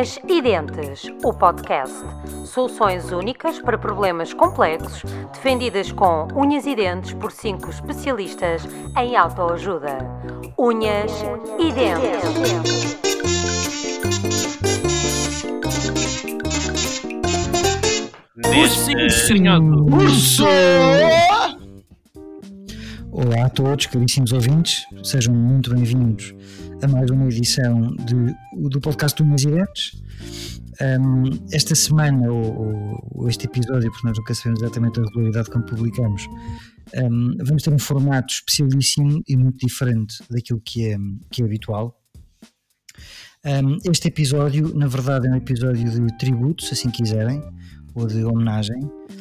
Unhas e Dentes, o podcast. Soluções únicas para problemas complexos, defendidas com unhas e dentes por 5 especialistas em autoajuda. Unhas e Dentes. Urso! Olá a todos, caríssimos ouvintes, sejam muito bem-vindos a mais uma edição do podcast Unhas e Dentes. Esta semana, ou este episódio, porque nós nunca sabemos exatamente a regularidade como publicamos, vamos ter um formato especialíssimo e muito diferente daquilo que é habitual. Este episódio, na verdade, é um episódio de tributo, se assim quiserem, ou de homenagem.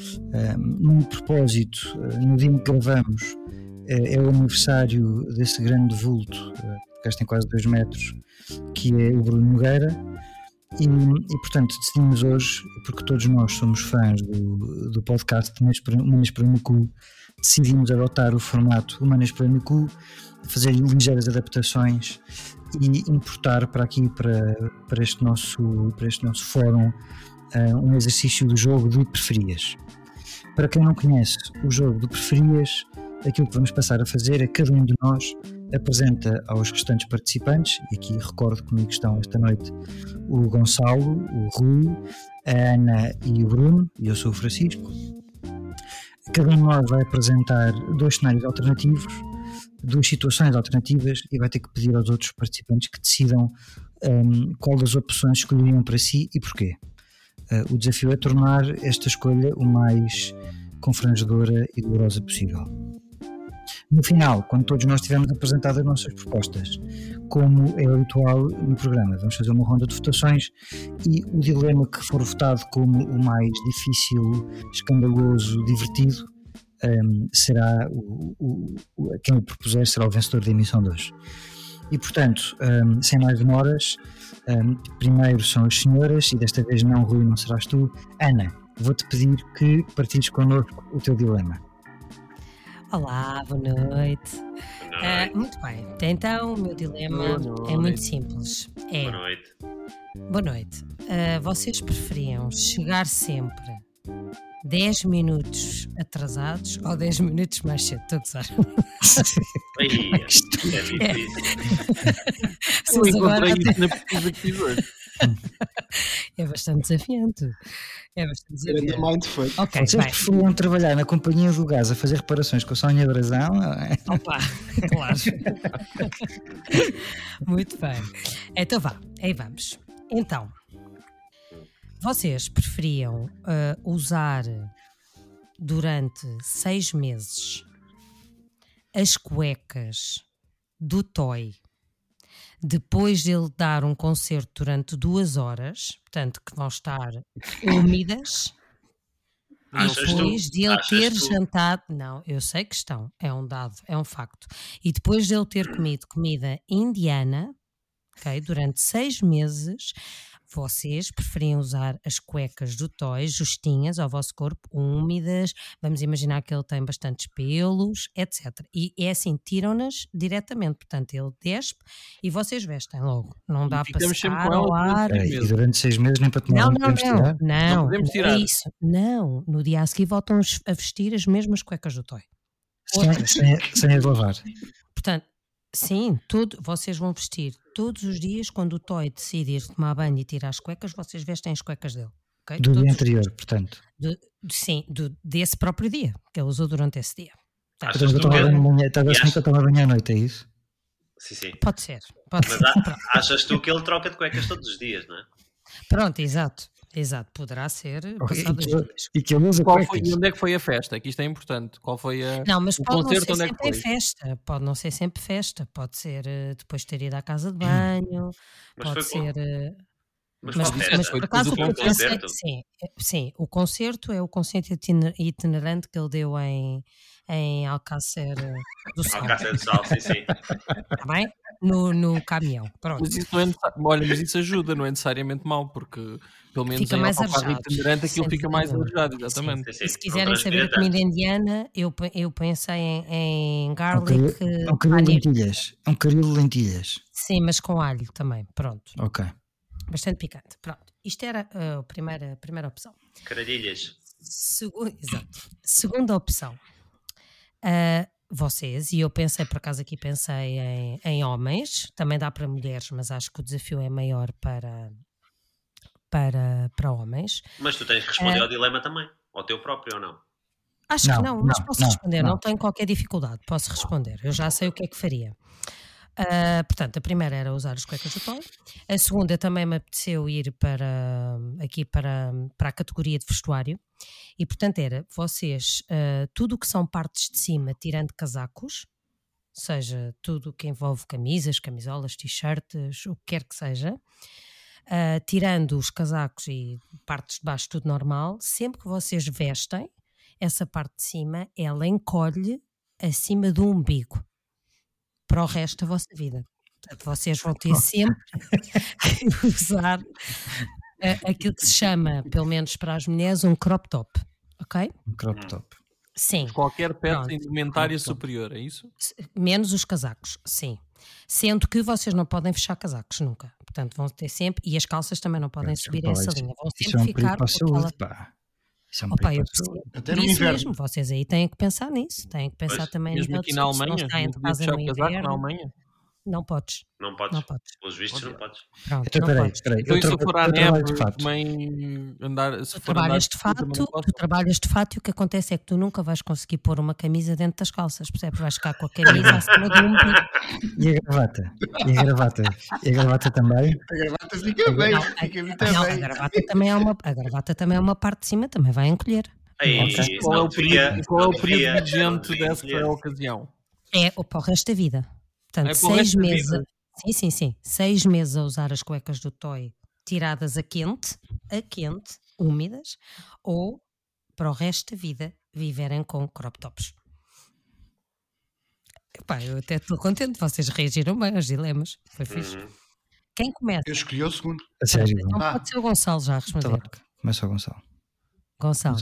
No propósito, no dia em que gravamos, é o aniversário desse grande vulto, que tem quase 2 metros, que é o Bruno Nogueira, e portanto decidimos hoje, porque todos nós somos fãs do podcast Humanas para no Cu, decidimos adotar o formato Humanas para no Cu, fazer ligeiras adaptações e importar para aqui, para este nosso fórum, um exercício do jogo de preferias. Para quem não conhece o jogo de preferias, aquilo que vamos passar a fazer é que cada um de nós apresenta aos restantes participantes, e aqui recordo comigo que estão esta noite o Gonçalo, o Rui, a Ana e o Bruno, e eu sou o Francisco. Cada um de nós vai apresentar 2 cenários alternativos, 2 situações alternativas, e vai ter que pedir aos outros participantes que decidam qual das opções escolheriam para si e porquê. O desafio é tornar esta escolha o mais confrangedora e dolorosa possível. No final, quando todos nós tivermos apresentado as nossas propostas, como é habitual no programa, vamos fazer uma ronda de votações e o dilema que for votado como o mais difícil, escandaloso, divertido, será quem o propuser será o vencedor da emissão de hoje. E portanto, sem mais demoras, primeiro são as senhoras, e desta vez não, Rui, não serás tu. Ana, vou-te pedir que partilhes connosco o teu dilema. Olá, boa noite. Muito bem, então o meu dilema é muito simples. Boa noite. Boa noite. Vocês preferiam chegar sempre 10 minutos atrasados ou 10 minutos mais cedo? Estou a gozar. É difícil. Eu encontrei isso na pesquisa que fiz hoje. É bastante desafiante. Okay, vocês preferiam trabalhar na companhia do gás a fazer reparações com a Sónia Brazão? Opa, claro. Muito bem. Então vá, aí vamos. Então, vocês preferiam usar durante 6 meses as cuecas do Toy depois de ele dar um concerto durante 2 horas, portanto que vão estar úmidas, e depois de ele ter jantado, não, eu sei que estão, é um dado, é um facto, e depois de ele ter comido comida indiana, okay, durante 6 meses, vocês preferiam usar as cuecas do Toy justinhas ao vosso corpo, úmidas, vamos imaginar que ele tem bastantes pelos, etc. E é assim, tiram-nas diretamente, portanto ele despe e vocês vestem logo, não dá para secar ao ar. E durante 6 meses nem para tomar tirar? Não podemos tirar. É isso, não, no dia a seguir voltam a vestir as mesmas cuecas do Toy. Sem as lavar. Portanto, sim, vocês vão vestir todos os dias. Quando o Toy decide ir tomar banho e tirar as cuecas, vocês vestem as cuecas dele, okay? Do dia anterior, portanto. Desse próprio dia que ele usou durante esse dia. Estás a tomar banho à noite, é isso? Sim. Pode ser. Mas achas tu que ele troca de cuecas todos os dias, não é? Pronto, exato, poderá ser passado 2 dias. E que ele usa cuecas. E onde é que foi a festa? Que isto é importante. Qual foi o concerto? Onde é que foi? Festa. Pode não ser sempre festa. Pode ser depois de ter ido à casa de banho. Pode ser... Mas por acaso sim, o concerto é o concerto itinerante que ele deu em Alcácer do Sal. Alcácer do Sal, sim. Está bem? No caminhão, pronto. Mas isso não é mas isso ajuda, não é necessariamente mau, porque pelo menos fica em mais autocarro itinerante aquilo fica mais arejado, exatamente. Sim. E se quiserem saber a comida indiana, eu pensei em garlic. É um caril de lentilhas. Sim, mas com alho também, pronto. Ok. Bastante picante. Pronto, isto era a primeira opção. Caralhilhas. Exato. Segunda opção. Vocês, e eu pensei, por acaso aqui pensei em homens, também dá para mulheres, mas acho que o desafio é maior para homens. Mas tu tens que responder ao dilema também. Ao teu próprio ou não? Acho que não, mas posso responder, não tenho qualquer dificuldade, posso responder, eu já sei o que é que faria. Portanto, a primeira era usar as cuecas do Toy. A segunda também me apeteceu ir para a categoria de vestuário. E portanto era, vocês, tudo o que são partes de cima, tirando casacos, seja tudo o que envolve camisas, camisolas, t-shirts, o que quer que seja, tirando os casacos e partes de baixo, tudo normal, sempre que vocês vestem, essa parte de cima, ela encolhe acima do umbigo para o resto da vossa vida. Portanto, vocês vão ter sempre que usar aquilo que se chama, pelo menos para as mulheres, um crop top, ok? Um crop top. Sim. Qualquer peça de indumentária superior, é isso? Menos os casacos, sim. Sendo que vocês não podem fechar casacos nunca. Portanto, vão ter sempre, e as calças também não podem subir essa linha. Vão sempre ficar com saúde, pá. Isso é um perigo para a saúde. Até no isso inverno. Mesmo, vocês aí têm que pensar nisso. Têm que pensar também Mesmo aqui na Alemanha, não podia fechar o casaco na Alemanha? Não podes. Não podes. Não podes. Pelos vistos, não podes. Pronto, Então, não podes. peraí. Então, se eu for à neve, de fato. também andar. Se Tu for andar trabalhas de fato, tu trabalhas de fato e o que acontece é que tu nunca vais conseguir pôr uma camisa dentro das calças, percebes? Vais ficar com a camisa acima do umbigo. E a gravata? E a gravata? E a gravata também? A gravata fica bem, fica muito Não, bem. a gravata também é uma parte de cima, também vai encolher. Aí, Qual é o período devia- vigente não devia dessa encolher. ocasião? É para o resto da vida. Portanto, É para o 6 resto da meses. vida? Sim. 6 meses a usar as cuecas do Toy tiradas a quente, úmidas, ou para o resto da vida viverem com crop tops. Epá, eu até estou contente, vocês reagiram bem aos dilemas. Foi fixe. Quem começa? Eu escolhi o segundo. A sério. Então pode ser o Gonçalo já a responder. Começa o Gonçalo. Gonçalo.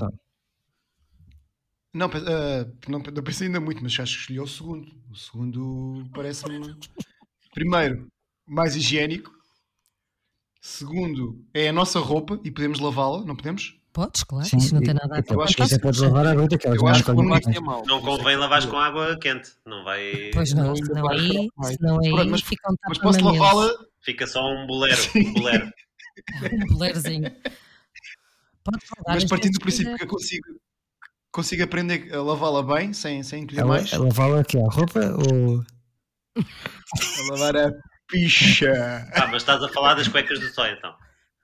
Não pensei ainda muito, mas acho que escolhi o segundo. O segundo parece-me, primeiro, mais higiênico. Segundo, é a nossa roupa e podemos lavá-la, não podemos? Podes, claro, Sim, isso não tem nada a ver. eu acho que Até podes lavar a gota, que elas Eu não acho que encolhem por Vai mais. ser mau. Não convém lavares com água quente. Não vai. Pois não, Ainda senão vai aí, ficar mais. senão aí Pronto, fica um Mas posso tapa-mamilos. lavá-la. Fica só um bolero. Um bolero. Um boleirozinho. Podes lavar Mas as partindo do vezes princípio que eu consigo aprender a lavá-la bem, sem encolher Ela, mais. a lavá-la aqui a roupa ou... A lavar a picha. Mas estás a falar das cuecas do Toy, então.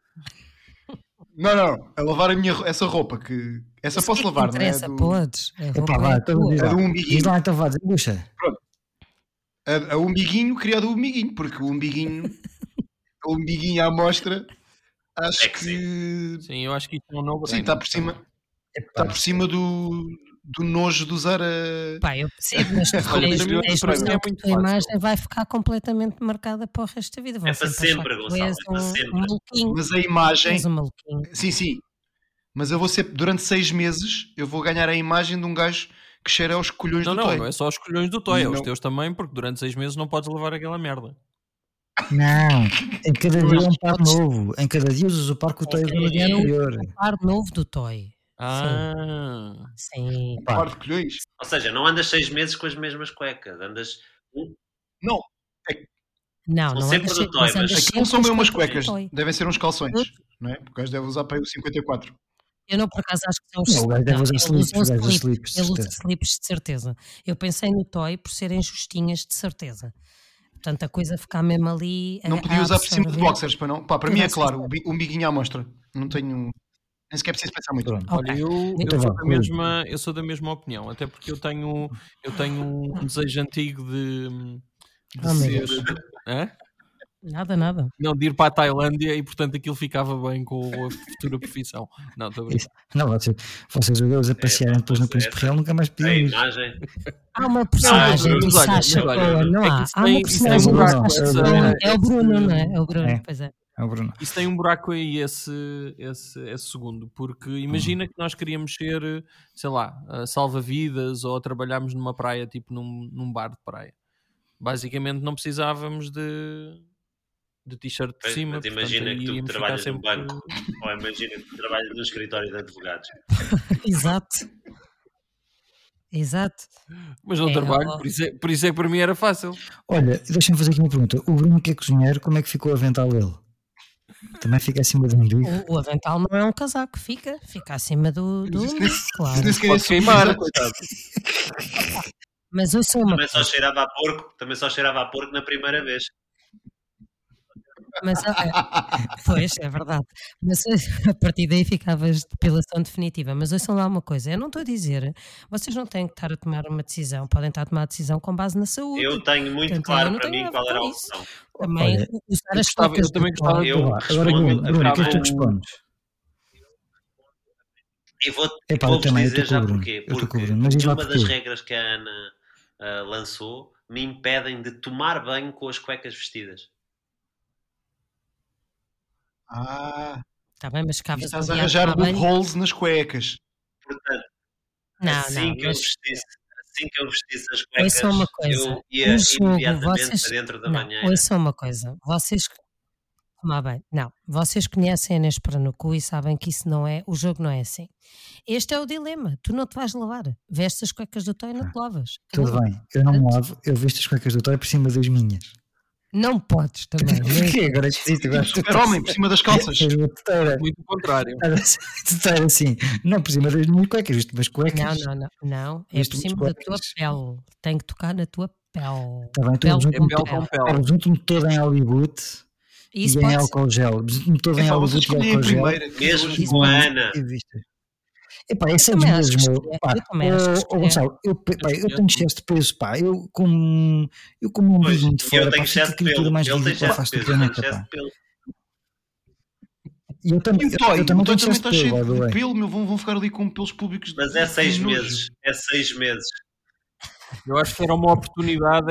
Não. A lavar essa roupa que... Essa Isso posso que lavar, não é? interessa, podes. A roupa Epá, vá, é então tua. diz É do lá. umbiguinho. Diz lá, então vá, desembucha. A umbiguinho, criado o umbiguinho, porque o umbiguinho à mostra, acho É que que... Sim, eu acho que isso é um novo. Sim, está por cima do nojo de usar a... Pá, eu percebo, mas tu Olha, tens para mim, tens para mim noção é que a muito tua fácil. imagem vai ficar completamente marcada para o resto da vida. Vão É para sempre achar sempre, que tu Gonçalo, és é para sempre. um maluquinho. Mas a imagem... És um maluquinho. Sim. Mas eu vou ser, durante 6 meses, eu vou ganhar a imagem de um gajo que cheira aos colhões do Toy. Não é só os colhões do Toy, é os Não. teus também, porque durante 6 meses não podes levar aquela merda. Não, em cada dia é um par novo. Em cada dia usas o par que o Toy usou no dia Eu- anterior. Um par novo do Toy. Ah, Sim. Pá, Par de colhões. Ou seja, não andas 6 meses com as mesmas cuecas. Andas. Não, Não, São não sempre andas do sempre- Toy, mas mas andas aqui não sempre são com bem as umas cuecas do cuecas, Toy. devem ser uns calções, não é? Porque o gajo deve usar para aí o 54. Eu não, por acaso, acho que são os Não, o gajo deve usar ele slips, usa o gajo usa slips, slips, de ele usa certeza. slips de certeza. Eu pensei no Toy por serem justinhas de certeza. Portanto, a coisa ficar mesmo ali. Não podia a usar por cima de absorver. boxers, para não. Pá, para mim é Vai ser claro, o umbiguinho à mostra. Não tenho. Nem sequer preciso pensar muito. Pronto. Ok. olha, eu Então sou vá, eu sou da mesma opinião, até porque eu tenho um desejo antigo de Oh, meu ser. Deus. Hã? Nada. Não, de ir para a Tailândia e portanto aquilo ficava bem com a futura profissão. Não, estou a brincar. Isso. Não, vocês os dois a passearem depois no Príncipe Real nunca mais A pediam isso. imagem. Há uma personagem mas do olha, Sacha mas olha, Cohen, não é que há? isso Há tem- uma isso personagem tem um do buraco, Sacha é o Cohen. Bruno. É o Bruno, não é? É o Bruno, É. pois é. É o Bruno. Isso tem um buraco aí, esse segundo, porque imagina que nós queríamos ser, sei lá, salva-vidas ou trabalharmos numa praia, tipo num bar de praia. Basicamente não precisávamos de de t-shirt por Pois, cima. mas imagina portanto, que tu íamos ficar trabalhas num sempre- banco, ou imagina que tu trabalhas num escritório de advogados. Exato. Exato. Mas não É, trabalho, ó. por isso é que para mim era fácil. Olha, deixa-me fazer aqui uma pergunta. O Bruno que é cozinheiro, como é que ficou o avental dele? Também fica acima do umbigo? O avental não é um casaco, fica acima do Mas isso umbigo, nem- claro. isso nem sequer é Pode queimar, subir, coitado. Mas ouçam uma Também só cheirava a porco na primeira vez. Mas, pois, é verdade. Mas a partir daí ficavas de depilação definitiva. Mas ouçam lá uma coisa, eu não estou a dizer, vocês não têm que estar a tomar uma decisão, podem estar a tomar a decisão com base na saúde. Eu tenho muito Portanto, eu claro não para tenho mim nada a qual ver era a com isso. opção. Também Olha, usar as gostava- toucas eu também de gostava- toy. Eu Agora, respondo, Bruno, o que é que tu acabo- respondes? E Epá, eu vou-vos também, eu dizer estou com já o Bruno. porquê. Eu estou com o Porque Bruno, mas diz lá uma das porquê. regras que a Ana lançou me impedem de tomar banho com as cuecas vestidas. Está bem, mas E cavas estás um a dia arranjar tomar banho. loopholes nas cuecas. Portanto, Não, assim não, que eu mas vestisse as cuecas, ouçam uma coisa. eu ia O jogo, imediatamente vocês. para dentro da Não, banheira. ouçam uma coisa. Vocês. Tomar bem. Não, vocês conhecem a Inês para no cu e sabem que isso não é. O jogo não é assim. Este é o dilema. Tu não te vais lavar. Vestes as cuecas do toy e não te lavas. Tudo Acabou. bem, eu não me lavo, eu visto as cuecas do Toy por cima das minhas. Não podes também. Porquê? Agora é esquisito. Agora Super-homem, por cima das calças. És uma teteira. Muito o contrário. Teteira assim, não por cima das minhas cuecas, visto umas Não, cuecas. não. É Visto por cima umas da tua cuecas. pele. Tem que tocar na tua pele. Está bem, então Pele junto-me com pele pele. com pele. junto-me todo em Hollywood Isso e em pode ser. álcool gel. Junto-me todo em Epá, Hollywood vocês e escolhem a álcool gel. primeira. que Mesmo hoje- com a Ana. E viste? Epá, é 6 também acho meses, que meu. escolher. Pá, Eu também acho que escolher. Gonçalo, eu tenho excesso de peso, pá. Eu como um Pois, umbigo de eu fora, tenho pá, fico excesso a de criatura pelo. mais Ele tem ridícula à excesso face de do peso, eu tenho planeta, excesso pá. de pelo. E eu E também, o Toy? eu O também Toy tenho também excesso está de cheio pelo, by the de way. pelo, meu. Vão ficar ali com pelos públicos. Mas é 6 nojo. meses. É 6 meses. Eu acho que era uma oportunidade,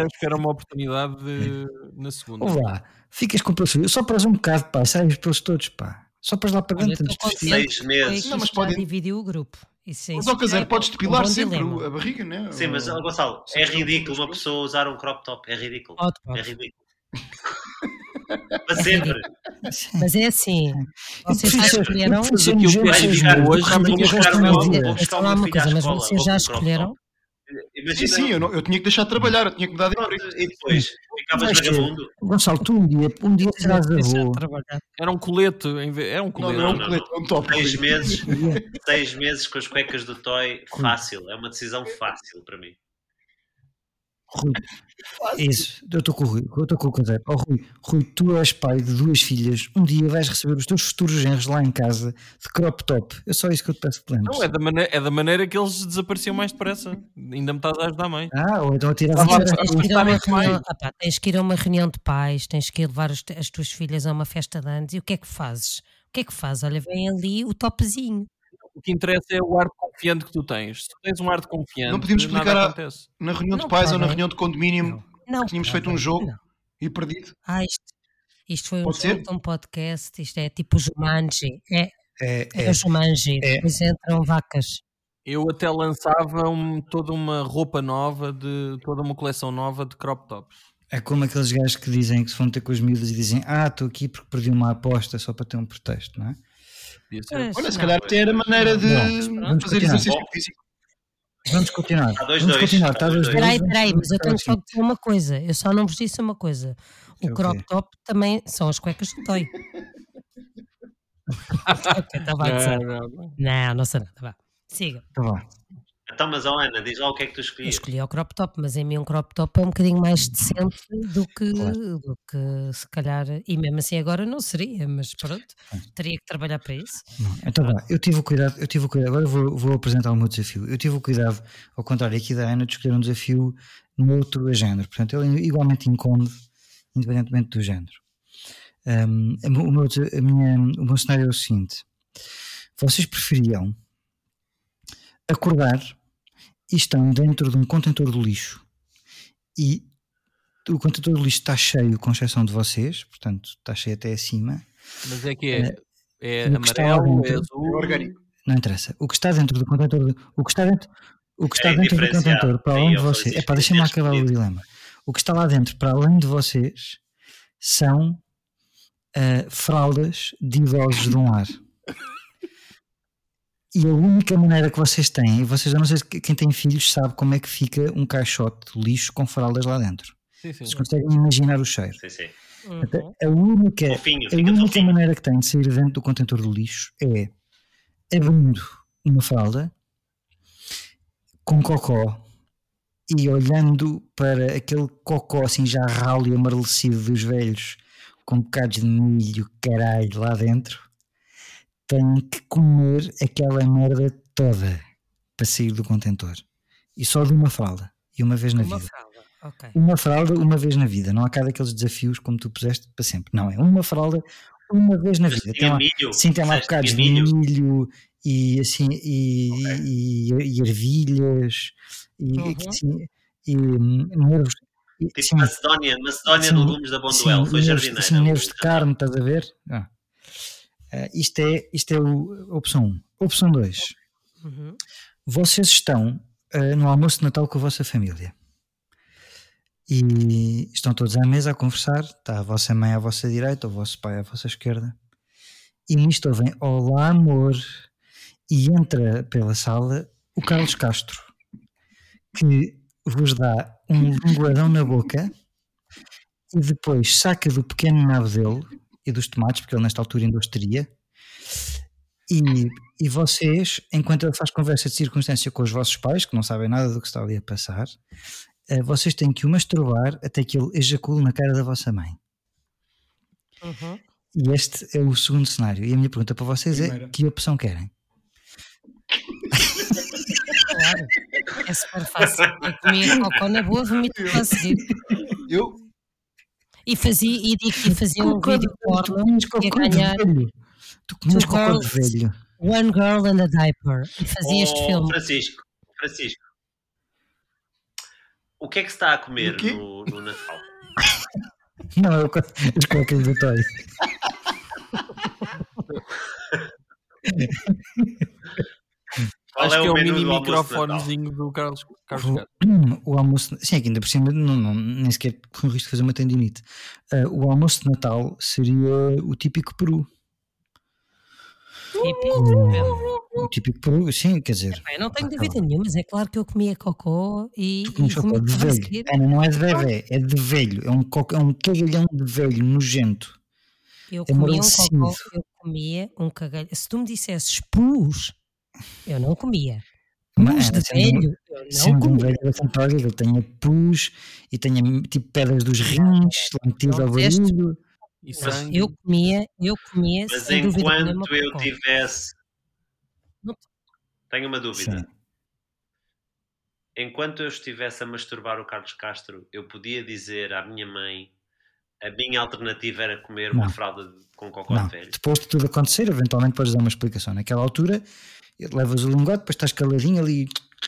na segunda. Ouve lá, ficas com pelos, só paras um bocado, pá, sai os pelos todos, pá. Só paras lá para Olha, dentro estou antes de vestir. contente 6 meses. que Não, mas isto já podem- dividiu o grupo. Isso Mas isso ao caseiro é podes um depilar bom sempre dilema. a barriga, né? Sim, mas Gonçalo, é ridículo uma pessoa usar um crop top. É ridículo. Pode, É pode. ridículo. Para sempre. Mas é assim, vocês já prefiro- escolheram. eu prefiro Aquilo ser que eu nojento, digo seis hoje, meses, já me porque tinha o resto buscar da minha uma- vida- Vou buscar Então, o há meu uma filho à coisa, mas escola. vocês vou já com um crop escolheram? top. Sim, Imagina, sim, eu tinha que deixar de trabalhar, eu tinha que mudar de emprego. e depois ficavas Vais ter- vagabundo. Gonçalo, tu um dia serás Deixa avô. de trabalhar. Era um colete, é um Não, colete. não é um não, colete, é um top. 6 meses, 6 meses com as cuecas do Toy, fácil. É uma decisão fácil para mim. Rui, isso, eu estou com o Rui, eu estou com o Cruzeiro. Oh, Rui, tu és pai de 2 filhas, um dia vais receber os teus futuros genros lá em casa de crop top. É só isso que eu te peço que lembres. Não, é da maneira que eles desapareciam mais depressa. Ainda me estás a ajudar mais. Ou então a tirar Estava a- Tens que ir a uma Gostarem reunião, tens que ir a uma reunião de pais, tens que ir levar as tuas filhas a uma festa de anos e o que é que fazes? O que é que fazes? Olha, vem ali o topzinho. O que interessa é o ar de confiante que tu tens. Se tu tens um ar de confiante, Não podíamos nada explicar acontece. Na reunião Não de pais ou na podem. reunião de condomínio Não, tínhamos podem, feito um jogo não. e perdido. Isto foi um Pode jogo ser? de um podcast, isto é tipo Jumanji. É o Jumanji, É. depois entram vacas. Eu até lançava toda uma roupa nova, toda uma coleção nova de crop tops. É como aqueles gajos que dizem que se vão ter com as miúdas e dizem estou aqui porque perdi uma aposta só para ter um pretexto, não é? Podia ser. Pois, Olha, se não. calhar até era maneira de Bom, vamos fazer continuar. exercício físico. Vamos continuar. Está 2-2, Vamos continuar. está Está 2-2. 2-2. Peraí, mas eu tenho Vamos só de dizer uma coisa. Eu só não vos disse uma coisa. O É o crop quê? top também são as cuecas do toy. Ok, estava a dizer. Não sei nada. Vá. Siga. Então vá. Então, mas Ana, diz lá o que é que tu Eu escolhias. escolhi o crop top, mas em mim um crop top é um bocadinho mais decente do que se calhar, e mesmo assim agora não seria, mas pronto, teria que trabalhar para isso. Não, então vá, eu tive o cuidado, agora vou apresentar o meu desafio. Eu tive o cuidado, ao contrário aqui da Ana, de escolher um desafio no outro género, portanto ele igualmente incombe, independentemente do género. O meu cenário é o seguinte: vocês preferiam acordar e estão dentro de um contentor de lixo e o contentor de lixo está cheio, com exceção de vocês, portanto está cheio até acima. Mas é que é o que está lá amarelo, é dentro- azul. É orgânico. Não interessa. O que está dentro do contentor, o que está dentro do indiferenciado. contentor, para Aí além de eu vocês, falei, deixa-me tens acabar o escolhido. dilema. O que está lá dentro, para além de vocês, são fraldas de idosos de um lar. E a única maneira que vocês têm, e vocês, eu não sei se quem tem filhos sabe como é que fica um caixote de lixo com fraldas lá dentro. Sim. Vocês conseguem imaginar o cheiro. Sim. A única, Fofinho, a fica única fofinho. maneira que tem de sair dentro do contentor do lixo é abrindo uma fralda com cocó e olhando para aquele cocó assim já ralo e amarelecido dos velhos com bocados de milho, caralho, lá dentro, tem que comer aquela merda toda para sair do contentor. E só de uma fralda. E uma vez na Uma vida. fralda, ok. Uma fralda uma vez na vida. Não há cá daqueles desafios como tu puseste para sempre. Não, é uma fralda uma vez na Mas vida. tinha Tem lá, milho? sim, tem lá Disseste bocados de tinha milho? milho e assim e ervilhas e nervos. Tipo sim, Macedónia de sim, legumes da sim, Bonduel. Foi nervos, jardineira. sim, nervos de carne, estás a ver? Isto é a opção 1. Opção 2. Uhum. Vocês estão no almoço de Natal com a vossa família e estão todos à mesa a conversar. Está a vossa mãe à vossa direita, o vosso pai à vossa esquerda, e nisto ouvem olá amor, e entra pela sala o Carlos Castro, que vos dá um linguadão na boca e depois saca do pequeno nabo dele e dos tomates, porque ele nesta altura ainda os teria, e vocês, enquanto ele faz conversa de circunstância com os vossos pais, que não sabem nada do que está ali a passar, vocês têm que o masturbar até que ele ejacule na cara da vossa mãe. Uhum. E este é o segundo cenário. E a minha pergunta para vocês Primeira. é: que opção querem? Claro, é super fácil. Eu comia cocó na boa, vomito a seguir. Eu? E fazia um vídeo Tu porno comias que ia cocô de ganhar velho. Tu comias Two cocô de Girls, velho. One Girl and a Diaper. E fazia este filme. Francisco, o que é que se está a comer O quê? no Natal? Não, eu escolho do toy. Qual Acho é que é o o menu mini do almoço de Natal? microfonezinho do Carlos Castro. O almoço, sim, aqui ainda por cima nem sequer com o risco de fazer uma tendinite. O almoço de Natal seria o típico peru. O típico peru, sim, quer dizer. Eu não tenho dúvida nenhuma, mas é claro que eu comia cocó e comias cocô de vomitava a velho. seguir. Ana, não é de bebê, é de velho. É um cagalhão de velho, nojento. Eu É comia um amarelecido. cocó, eu comia um cagalho. Se tu me dissesses pus, eu não comia. Pus de velho, eu não Sendo um comia. velho bastante trágico, ele tenha pus e tenha tipo pedras dos rins lá metido ao disseste? barulho. E Não, sangue. eu comia Mas sem dúvida nenhuma enquanto eu cocó. tivesse... Não- Tenho uma dúvida. Sim. Enquanto eu estivesse a masturbar o Carlos Castro, eu podia dizer à minha mãe: a minha alternativa era comer uma Não. fralda com cocó Não, de velho. depois de tudo acontecer, eventualmente podes dar uma explicação. Naquela altura, levas o lingote, depois estás caladinho ali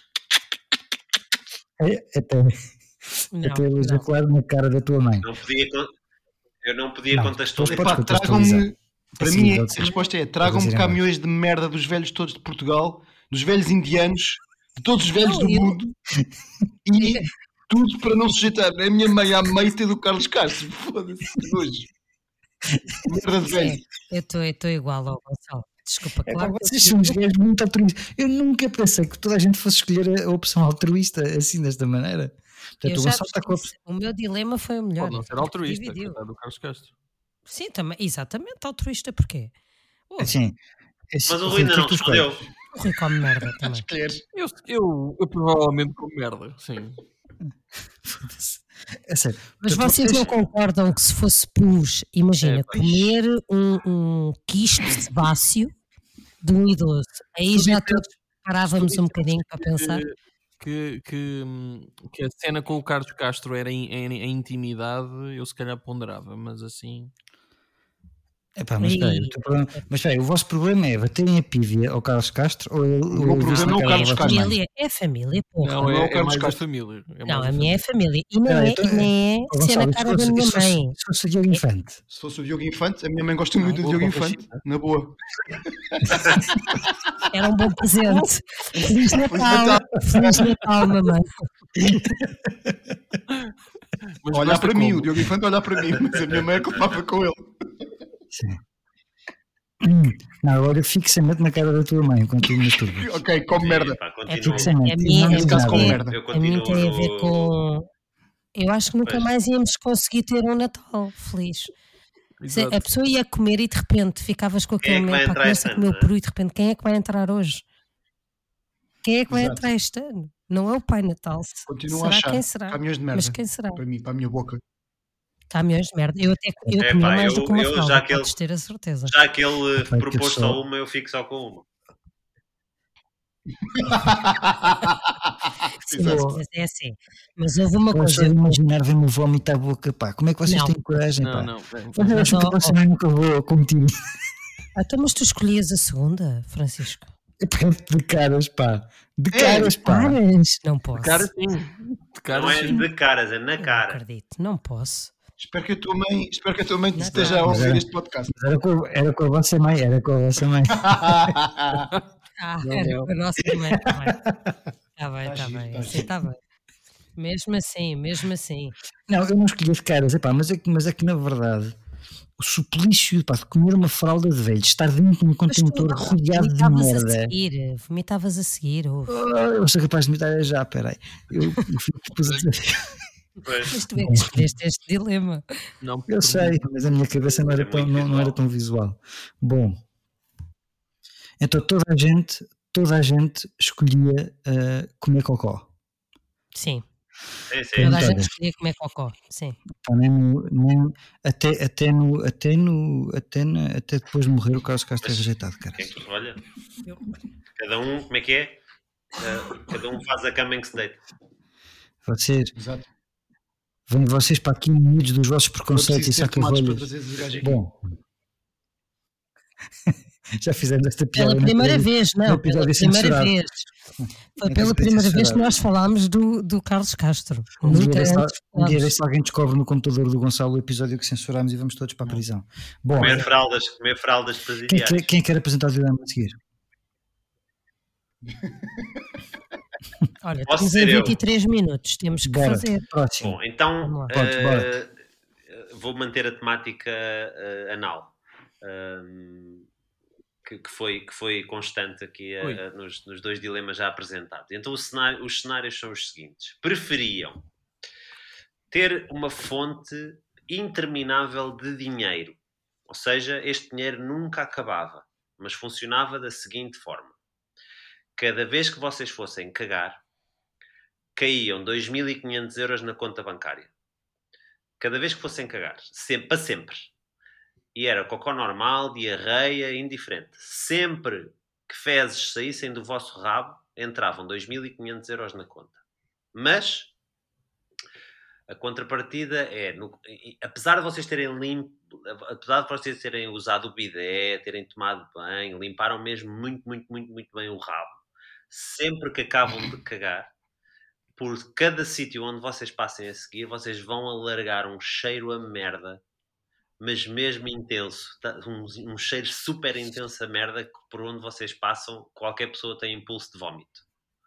até ele ejacular na cara da tua mãe. Eu não podia Não, contextualizar. podes Epá, contextualizar. tragam-me. Para Sim, mim, pode ser. a resposta é: Pode tragam-me ser em caminhões de merda dos velhos todos de Portugal, dos velhos indianos, de todos os velhos do mundo, e tudo para não sujeitar a minha mãe à meita do Carlos Castro. Foda-se, hoje. Merda de velho. Eu estou igual ao Gonçalo. Desculpa, claro. que eu Vocês são uns gajos muito altruístas. Eu nunca pensei que toda a gente fosse escolher a opção altruísta assim, desta maneira. Eu Portanto, o já Gonçalo está com a disse, o meu dilema foi o melhor. Pode não ser altruísta, Dividiu. coitado do Carlos Castro. Sim, também, exatamente, altruísta, porquê? Assim, Mas o Rui ainda não respondeu. O Rui come merda também. Eu provavelmente com merda, sim. É sério. Mas Portanto, vocês não concordam que se fosse pus, imagina, pois. comer um quisto sebáceo de um idoso, aí Tu já disseste- todos parávamos um bocadinho para pensar. Que a cena com o Carlos Castro era em intimidade, eu se calhar ponderava, mas assim. Epá, mas espera aí, o vosso problema é baterem a pívia ao Carlos Castro ou ele meu problema é o Carlos Castro. É família, porra. Não, não é o é Carlos mais da Castro. família. Não, a minha é família. E não Espera aí, é, então, e nem Ó, é ser na Gonçalo, cara da minha mãe. Se fosse o Diogo Infante, Se fosse o Diogo Infante, a minha mãe gosta muito do Diogo Infante, na boa. Era um bom presente. Feliz Natal, Feliz Natal, mamãe. Mas Olhar gosta para mim, como? o Diogo Infante olhar para mim, mas a minha mãe é que levava com ele. Sim. Não, agora fixamente na cara da tua mãe enquanto tu masturbas. Ok, como merda. Pá, É continuo. Fixamente. A mim, Não a diz mim caso, com nada. merda. Eu a mim continuo tem a ver no. com. Eu acho que nunca Pois. mais íamos conseguir ter um Natal feliz. Exato. A pessoa ia comer e de repente ficavas com Quem é aquele que vai medo, pá, entrar começa este a comer ano, o peru e de repente quem é que vai entrar hoje? Quem é que vai Exato. entrar este ano? Não é o Pai Natal. Continuo a Será achar. quem será? Caminhões de Mas merda. quem será? Para mim, para a minha boca. Caminhões de merda. Eu É comia pá, mais do que uma eu fralda, já que ele, podes ter a certeza. já que ele Epá, que propôs só- só uma, eu fico só com uma. Sim, Exato. mas é assim. Mas houve uma Estou só coisa. de imaginar ver-me o vómito à boca, pá. Como é que vocês Não. têm coragem, pá? Não. Mas eu acho que a próxima nunca vou competir. Então, mas tu escolhias a segunda, Francisco? De caras, pá. De caras, pá. Caras? Não posso. De cara sim. De cara Não é sim. de caras, é na Eu não cara. acredito, não posso. Espero que a tua mãe Não, esteja a não. ouvir este podcast. Mas era com a vossa mãe, era com a vossa mãe. Não, Era não. com a nossa mãe, está bem. Está bem, Tá está giro, bem. tá Assim giro. está bem. Mesmo assim. Não, eu não escolhi de caras, epá, mas é que na verdade o suplício, pá, de comer uma fralda de velho, estar dentro de um Mas tu contentor rodeado de vomitavas a seguir. Ouve. Eu sou capaz de me dar já, peraí. Eu fico depois a dizer, Pois. Mas tu é que escolheste este dilema. Não, eu sei, mas a minha cabeça não É era, muito tão, não visual. era tão visual. Bom, então toda a gente escolhia comer cocó. Sim, Sim, sim. toda a Olha. gente escolhia comer cocó. Sim. Pá, até depois de morrer o Carlos Castro é rejeitado, cara. Olha, cada um, como é que é? Cada um faz a cama em que se deita. Vocês, Exato. vêm vocês para aqui unidos dos vossos Foi preconceitos e preciso ter tomates para saca-rolhas. trazer esse gajo aqui. Bom, já fizemos esta piada. Pela no primeira episódio- vez, no não, pela episódio primeira censurado. vez. Foi No pela episódio primeira vez que censurado. nós falámos do Carlos Castro. Um dia Nunca vê se- antes um dia falámos. vê se alguém descobre no computador do Gonçalo o episódio que censurámos e vamos todos para a prisão. Bom, Comer fraldas presidiárias. quem quer apresentar o dilema a seguir? Olha, Posso estamos ser em eu? 23 minutos, temos que Bora, fazer. próximo. Bom, então Vamos lá. Bora. vou manter a temática anal. Que foi constante aqui nos dois dilemas já apresentados. Então os cenários são os seguintes. Preferiam ter uma fonte interminável de dinheiro, ou seja, este dinheiro nunca acabava, mas funcionava da seguinte forma. Cada vez que vocês fossem cagar, caíam 2.500 euros na conta bancária. Cada vez que fossem cagar, para sempre. E era cocó normal, diarreia, indiferente. Sempre que fezes saíssem do vosso rabo, entravam 2.500 euros na conta. Mas a contrapartida é, apesar de vocês terem apesar de vocês terem usado o bidé, terem tomado banho, limparam mesmo muito, muito, muito, muito bem o rabo, sempre que acabam de cagar, por cada sítio onde vocês passem a seguir, vocês vão alargar um cheiro a merda, mas mesmo intenso, um cheiro super intenso a merda, que por onde vocês passam, qualquer pessoa tem impulso de vómito.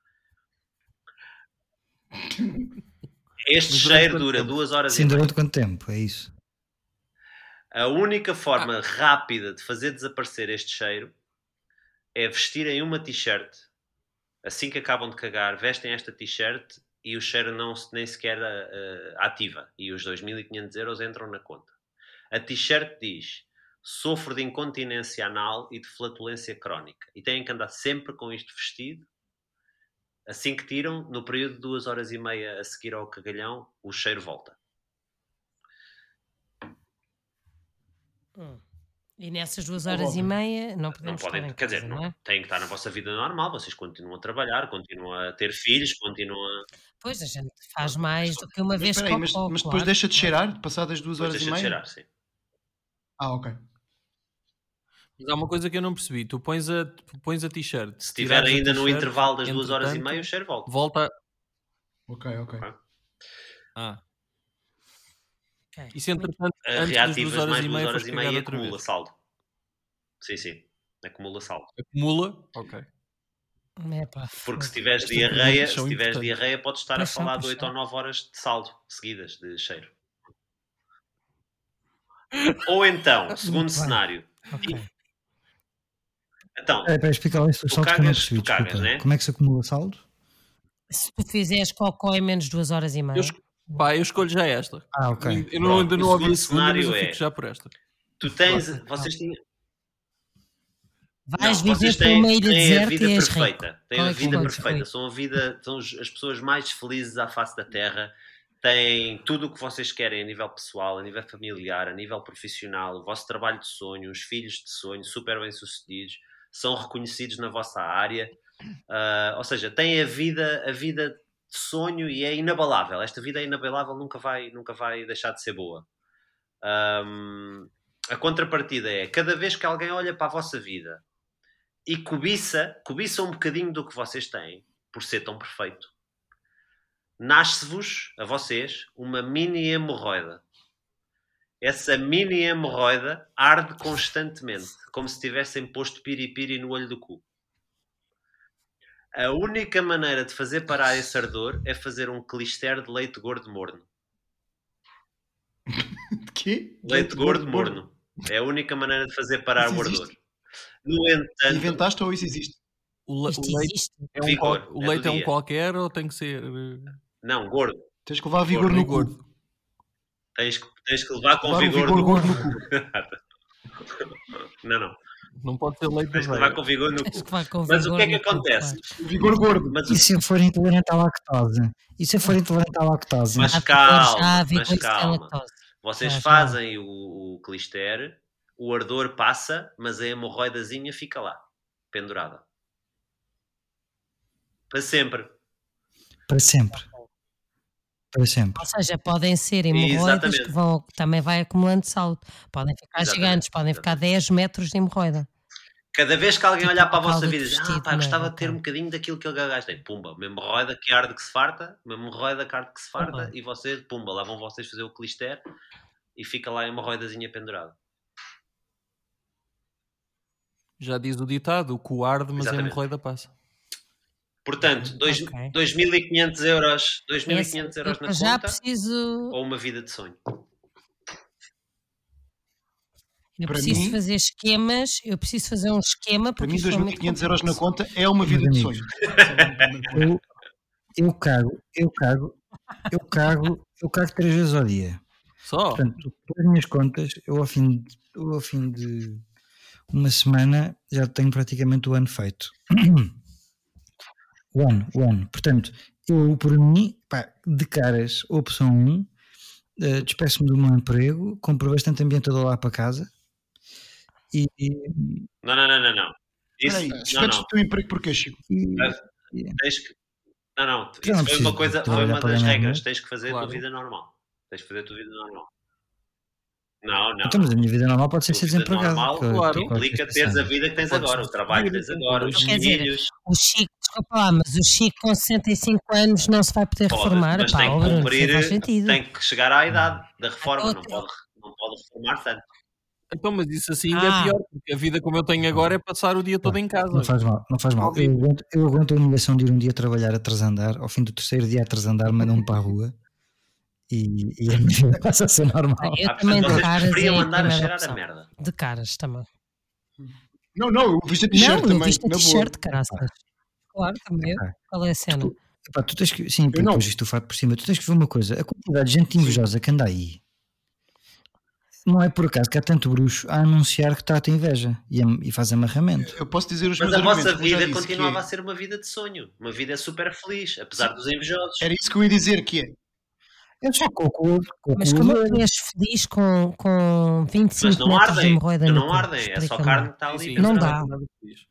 Este Mas durante cheiro quanto dura tempo? 2 horas Sim, e meia. durante quanto tempo? É isso. A única forma rápida de fazer desaparecer este cheiro é vestirem uma t-shirt. Assim que acabam de cagar, vestem esta t-shirt e o cheiro nem sequer ativa. E os 2.500 euros entram na conta. A t-shirt diz: sofro de incontinência anal e de flatulência crónica. E têm que andar sempre com isto vestido. Assim que tiram, no período de 2 horas e meia a seguir ao cagalhão, o cheiro volta. E nessas 2 horas e meia não Não podemos podem, estar em quer casa, dizer, não é? têm que estar na vossa vida normal, vocês continuam a trabalhar, continuam a ter filhos, continuam a... Pois, a gente faz mais do que uma Mas vez espera aí, cocó, mas depois claro. deixa de cheirar, passadas 2 Depois horas e deixa de meia? cheirar, sim. Ah, ok. Mas há uma coisa que eu não percebi. Tu pões a t-shirt. Se estiver tirares a ainda no t-shirt, intervalo das 2 horas e entretanto, meia, o cheiro volta. volta. Ok. Ah. Ok. E se entretanto, antes das 2 Reativas horas mais e 2 meia, horas fores e cagar meia e outra acumula vez? saldo. Sim. Acumula saldo. Acumula? Ok. Epá, Porque se fogo. tiveres Estas perguntas são importantes. diarreia, podes estar Pois a são, falar pois de 8 são. ou 9 horas de saldo seguidas de cheiro. Ou então, segundo cenário. Ok. Então, Para explicar isso, o tu saldo que eu não cagas, percebi, tu cagas, desculpa. né? Como é que se acumula saldo? Se tu fizeres cocó em menos de 2 horas e meia, Eu escolho já esta. Ah, ok. Eu Pronto, ainda não o ouvi segundo a segunda, mas eu cenário fico é- já por esta. tu tens. Vocês têm. vais Não, vocês viver para uma ilha têm a deserta vida e és perfeita. rico. Têm Qual a é que vida escolhes, perfeita. Rui? São as pessoas mais felizes à face da Terra. Têm tudo o que vocês querem a nível pessoal, a nível familiar, a nível profissional, o vosso trabalho de sonho, os filhos de sonho, super bem sucedidos, são reconhecidos na vossa área. Ou seja, têm a vida de sonho e é inabalável. Esta vida é inabalável, nunca vai deixar de ser boa. A contrapartida é, cada vez que alguém olha para a vossa vida e cobiça um bocadinho do que vocês têm, por ser tão perfeito, nasce-vos, a vocês, uma mini hemorroida. Essa mini hemorroida arde constantemente, como se tivessem posto piripiri no olho do cu. A única maneira de fazer parar esse ardor é fazer um clister de leite gordo morno. De quê? Leite gordo morno. É a única maneira de fazer parar Isso o ardor. existe? No entanto, Inventaste ou isso existe? Isto O leite existe. é um, Vigor, o é leite do é um dia. qualquer ou tem que ser não, gordo. Tens que levar vigor Gordo, no gordo? cu. Tens que levar com Levar o vigor vigor no gordo cu. no cu. Não. Não pode ser leite Tens de que levar aveia. com vigor no Tens cu. que levar com Mas o que é que vigor no cu, acontece? claro. O vigor gordo. Mas, E se eu for intolerante à lactose? E se eu for intolerante à lactose? Mas Há calma, vigor mas sem calma. lactose. vocês Já. fazem o clister, o ardor passa, mas a hemorroidazinha fica lá, pendurada. Para sempre. Para sempre. Para sempre. Ou seja, podem ser hemorroidas Exatamente. que vão, também vai acumulando saldo. Podem ficar Exatamente. gigantes, podem ficar 10 metros de hemorroida. Cada vez que alguém Tipo olhar para a caldo vossa de vida e diz, vestido, pá, gostava não é? de ter um bocadinho daquilo que ele gajo tem. Pumba, uma hemorroida que arde que se farta, uma hemorroida que arde que se farta, Uhum. e vocês, pumba, lá vão vocês fazer o clister e fica lá a hemorroidazinha pendurada. Já diz o ditado, o cu arde, mas a Exatamente. hemorroida passa. Portanto, Ok. 2.500 euros, Esse, 2.500 euros eu na já conta preciso, ou uma vida de sonho. eu Para preciso mim- fazer esquemas, eu preciso fazer um esquema Para porque mim, isto é muito 2.500 euros na complexo. conta é uma vida de Meus sonho. Eu cago 3 vezes ao dia. Só? Portanto, pelas minhas contas, eu ao fim de uma semana já tenho praticamente o ano feito. O ano. Portanto, eu por mim, pá, de caras, opção 1, despeço-me do meu emprego, compro bastante ambientador lá para casa e, Não. Isso, Espera aí, não. despedes do teu emprego porquê, Chico? Tens que... Não. não Isso foi preciso uma coisa, foi trabalhar uma para das ganhar regras. dinheiro. Tens que fazer a Claro. tua vida normal. Tens que fazer a tua vida normal. Não. Então, mas a minha vida normal pode ser A tua ser vida desempregado. normal, claro. implica teres a vida que tens Podes agora, o trabalho que tens seguir, agora, podes os Quer dizer, filhos. O Chico, desculpa lá, mas o Chico com 65 anos não se vai poder Pode, reformar. mas Pá, tem que ó, Bruno, cumprir, isso não faz sentido. tem que chegar à idade da reforma, Então, não pode reformar tanto. Então, mas isso assim ainda é pior, porque a vida como eu tenho agora é passar o dia todo em casa. Não faz mal. Eu aguento a humilhação de ir um dia trabalhar a transandar, ao fim do terceiro dia a transandar, mandam-me para a rua e a minha vida passa a ser normal. Eu Portanto, também de vocês caras é preferiam a andar a primeira cheirar opção. a merda. De caras também. Não, eu viste a Não, t-shirt eu também. visto a na boa. t-shirt, caraças. Claro, também. Epá. Qual é a cena? Epá, tu tens que, sim, Eu não. depois isto o fato por cima, tu tens que ver uma coisa, a quantidade de gente invejosa que anda aí, não é por acaso que há tanto bruxo a anunciar que trata inveja e faz amarramento. Eu posso dizer os Mas meus a vossa argumentos, como já vida disse, continuava que a ser uma vida de sonho, uma vida super feliz, apesar dos invejosos. Era isso que eu ia dizer, que é. Eu só concordo. Mas como é que tu és feliz com 25 Mas não metros de ardem, hemorroida que no não corpo? ardem, é só Explica-me. carne que está ali. Sim, Não pendurada. dá. nada feliz.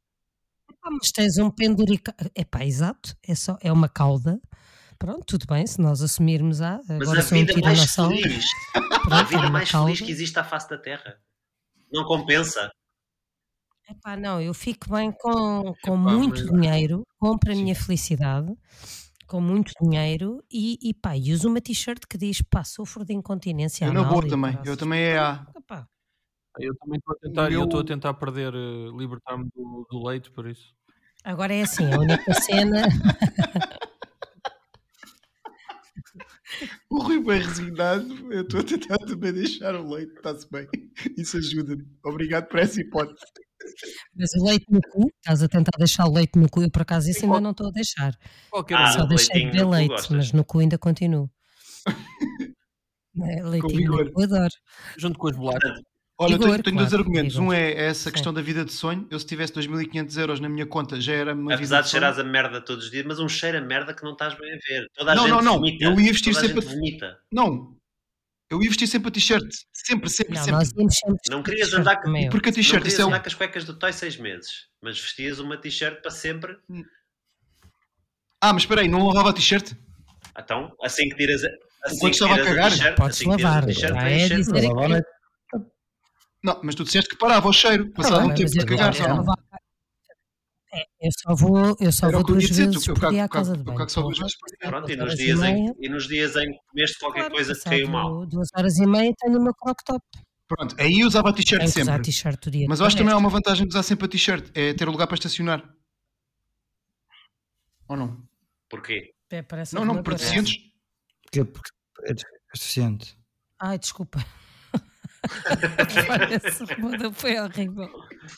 Mas tens um penduricado. Epá, exato. É uma cauda. Pronto, tudo bem, se nós assumirmos Mas agora a sou um vida mais tiranossauro. feliz, a Pronto, vida uma mais cauda. feliz que existe à face da Terra. Não compensa. Epá, não, eu fico bem com Epá, muito mas- dinheiro, compro a minha felicidade, com muito dinheiro e pá, e uso uma t-shirt que diz pá, sofro de incontinência Eu na anal boa e também. caraças. Eu também é A. Epá, Eu também estou a tentar, meu- eu estou a tentar perder, libertar-me do leite, por isso. agora é assim, a única cena. O Rui bem resignado, eu estou a tentar também deixar o leite, está-se bem. Isso ajuda-me. Obrigado por essa hipótese. Mas o leite no cu, estás a tentar deixar o leite no cu, eu por acaso isso ainda não estou a deixar. Qualquer Ah, Só o deixei de leitinho beber no cu leite, gostas? mas no cu ainda continuo. Leitinho no vigor. cu adoro. junto com as bolachas. Olha, eu Vigor, tenho dois claro, argumentos. vigor. Um é essa Sim. questão da vida de sonho. Eu, se tivesse 2.500 euros na minha conta, já era uma Apesar vida de de sonho. cheirares a merda todos os dias, mas um cheiro a merda que não estás bem a ver. Toda a Não, gente não, não. vomita. Eu ia vestir Toda a sempre gente vomita. Não. Eu ia vestir sempre a t-shirt. Sempre, sempre, Não, sempre. nós íamos sempre. Não querias t-shirt andar com- também E eu. porque a Não t-shirt, querias isso é andar com as cuecas do Toy 6 meses, mas vestias uma t-shirt para sempre. Mas espera aí, não lavava a t-shirt? Então, assim que tiras a Enquanto estava a cagar, podes assim que tiras lavar. a t-shirt, Já vem é cheiro. dizer que- Lavar, né? Não, mas tu disseste que parava o cheiro. Passava um Mas tempo de eu- cagar, eu só não? só vou- Eu só vou Era o que eu duas ia dizer. vezes Eu por dia à cago casa de banho. só 2 vezes por dia. Pronto, e 2 nos, horas e dias meia. e nos dias em que comeste qualquer Claro, coisa que caiu mal. 2 horas e meia tenho o meu croc top. Pronto, aí usava a t-shirt Tenho que usar sempre. t-shirt o dia Mas todo. eu acho que também há uma vantagem de usar sempre a t-shirt. É ter um lugar para estacionar. Ou não? Porquê? Parece Não, uma para te coisa. sentes. Porque é suficiente. Ai, desculpa. Essa remoda foi horrível.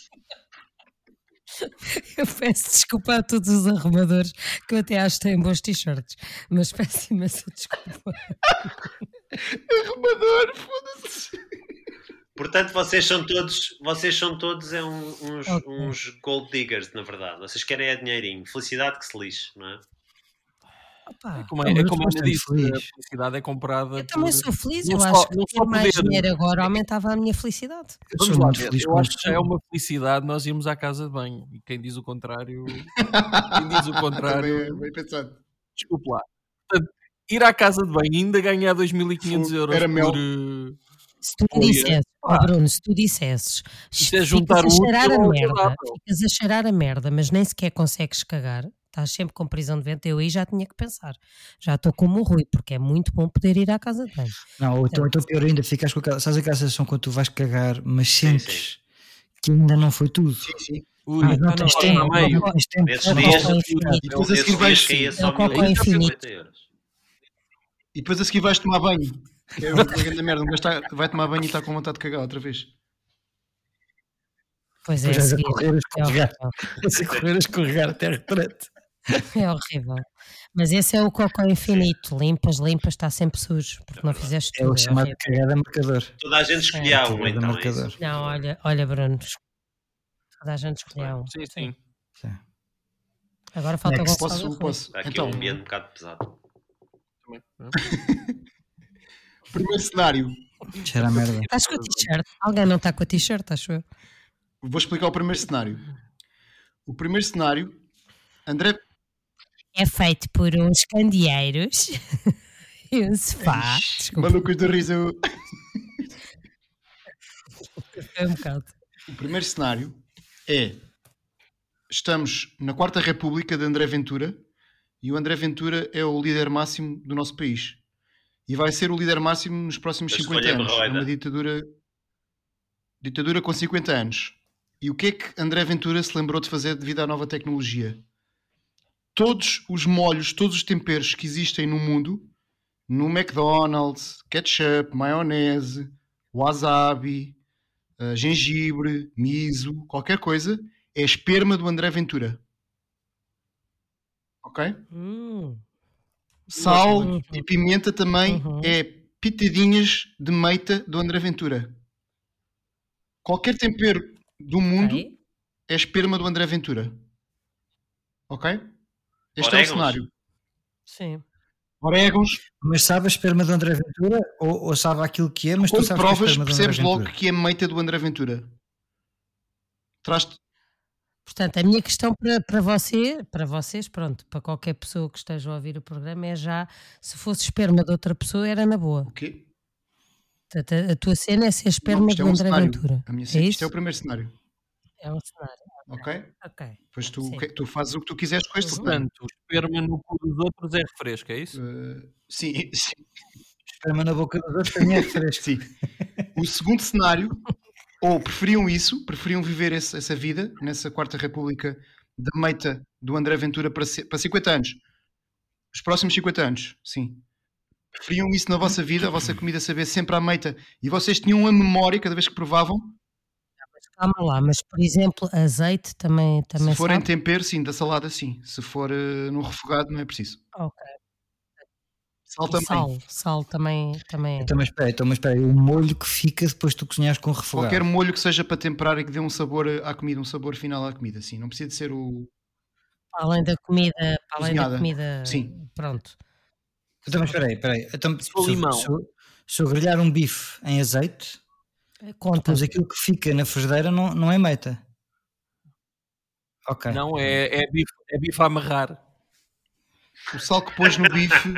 Eu peço desculpa a todos os arrumadores que eu até acho que têm bons t-shirts, mas peço imensa desculpa. Arrumador, foda-se. Portanto, vocês são todos Ok. uns gold diggers, na verdade. Vocês querem é dinheirinho. Felicidade que se lixe, não é? Opa, Como Não, mas é eu como estou ela disse, bastante a feliz. felicidade é comprada. eu também por- sou feliz, não eu só- acho que não ter só mais poder- dinheiro agora aumentava a minha felicidade. Eu Vamos sou lá muito ver, feliz eu com acho isto. que já é uma felicidade nós irmos à casa de banho. E quem diz o contrário. Quem diz o Também contrário. é bem pensado. Desculpe lá. Portanto, ir à casa de banho e ainda ganhar 2.500 euros Era mel. por. Se tu Olha, dissesses, Bruno, se tu dissesses, Isso é juntar ficas o a cheirar útil a ao merda, agradável. ficas a cheirar a merda, mas nem sequer consegues cagar, estás sempre com prisão de ventre, eu aí já tinha que pensar. Já estou como o Rui, porque é muito bom poder ir à casa de banho. Não, ou então pior ainda, ficas com aquela. Sabes aquela sensação quando tu vais cagar, mas Sim, sentes que ainda não foi tudo. Sim, sim. Ui, Não então tens não, tempo, a meio. não tens tempo. Nesses É o dias, cocó infinito. E depois a nesses seguir vais. dias caía É só o cocó 1.850 euros. E depois a seguir vais tomar banho. Que é uma grande merda. Um gajo vai tomar banho e está com vontade de cagar outra vez. Pois é, Depois a vais a seguir. correr, a É escorregar. horrível. A correr, a escorregar até a retrete. É horrível. Mas esse é o cocó infinito. Limpas, está sempre sujo, porque não fizeste É o tudo. chamado horrível. cagada marcador. Toda a gente escolhia uma, Cagada então. É isso. marcador. Não, olha, Bruno. Toda a gente escolheu um. Sim, sim. Sim. Agora falta o Next. Gonçalo Rui. Posso. Está aqui Então, um ambiente um bocado pesado. Também. primeiro cenário. Cheira a merda. Estás com a t-shirt? Alguém não está com a t-shirt, acho eu. Vou explicar o primeiro cenário. O primeiro cenário, André. É feito por uns candeeiros e um sofá. Desculpa, Malucos do riso. é um bocado. O primeiro cenário é: estamos na Quarta República de André Ventura e o André Ventura é o líder máximo do nosso país. E vai ser o líder máximo nos próximos A 50 escolha anos. É correta. uma ditadura com 50 anos. E o que é que André Ventura se lembrou de fazer devido à nova tecnologia? Todos os molhos, todos os temperos que existem no mundo, no McDonald's, ketchup, maionese, wasabi, gengibre, miso, qualquer coisa, é esperma do André Ventura. Ok? Sal Uhum. e pimenta também Uhum. é pitadinhas de meita do André Ventura. Qualquer tempero do mundo Ok. é esperma do André Ventura. Ok? Este é o Orégãos. cenário. Sim. Orégãos. Mas sabe a esperma do André Ventura ou sabe aquilo que é, mas tu Quando sabes que é provas, esperma do André percebes logo Ventura. que é meita do André Ventura. Traz-te. Portanto, a minha questão para vocês, pronto, para qualquer pessoa que esteja a ouvir o programa é já, se fosse esperma de outra pessoa, era na boa. O quê? Portanto, a tua cena é ser esperma Não, isto de é um André cenário. Ventura. A minha É cena, isto isso? é o primeiro cenário. É um cenário. Ok? Ok. Depois tu, Sim. tu fazes o que tu quiseres com este cenário. Portanto, o esperma no cu dos outros é refresco, é isso? Sim, sim. Esperma na boca dos outros também é fresco. Sim. O segundo cenário, ou preferiam viver essa vida nessa Quarta República da meita do André Ventura para 50 anos. Os próximos 50 anos, sim. Preferiam isso na vossa vida, a vossa comida saber sempre à meita, e vocês tinham a memória cada vez que provavam? Calma lá, mas por exemplo, azeite também Se for em sabe? tempero, sim, da salada, sim. Se for no refogado, não é preciso. Ok. Sal E também. sal também é. Então, mas espera aí, o molho que fica depois de tu cozinhares com refogado. Qualquer molho que seja para temperar e que dê um sabor à comida, um sabor final à comida, sim. Não precisa de ser o Além da comida, cozinhada. Sim. pronto. Então, mas espera aí. Então, Se for limão. se eu grelhar um bife em azeite, Conta. depois aquilo que fica na frigideira não é meita. Ok. Não, é bife a amarrar. O sal que pões no bife.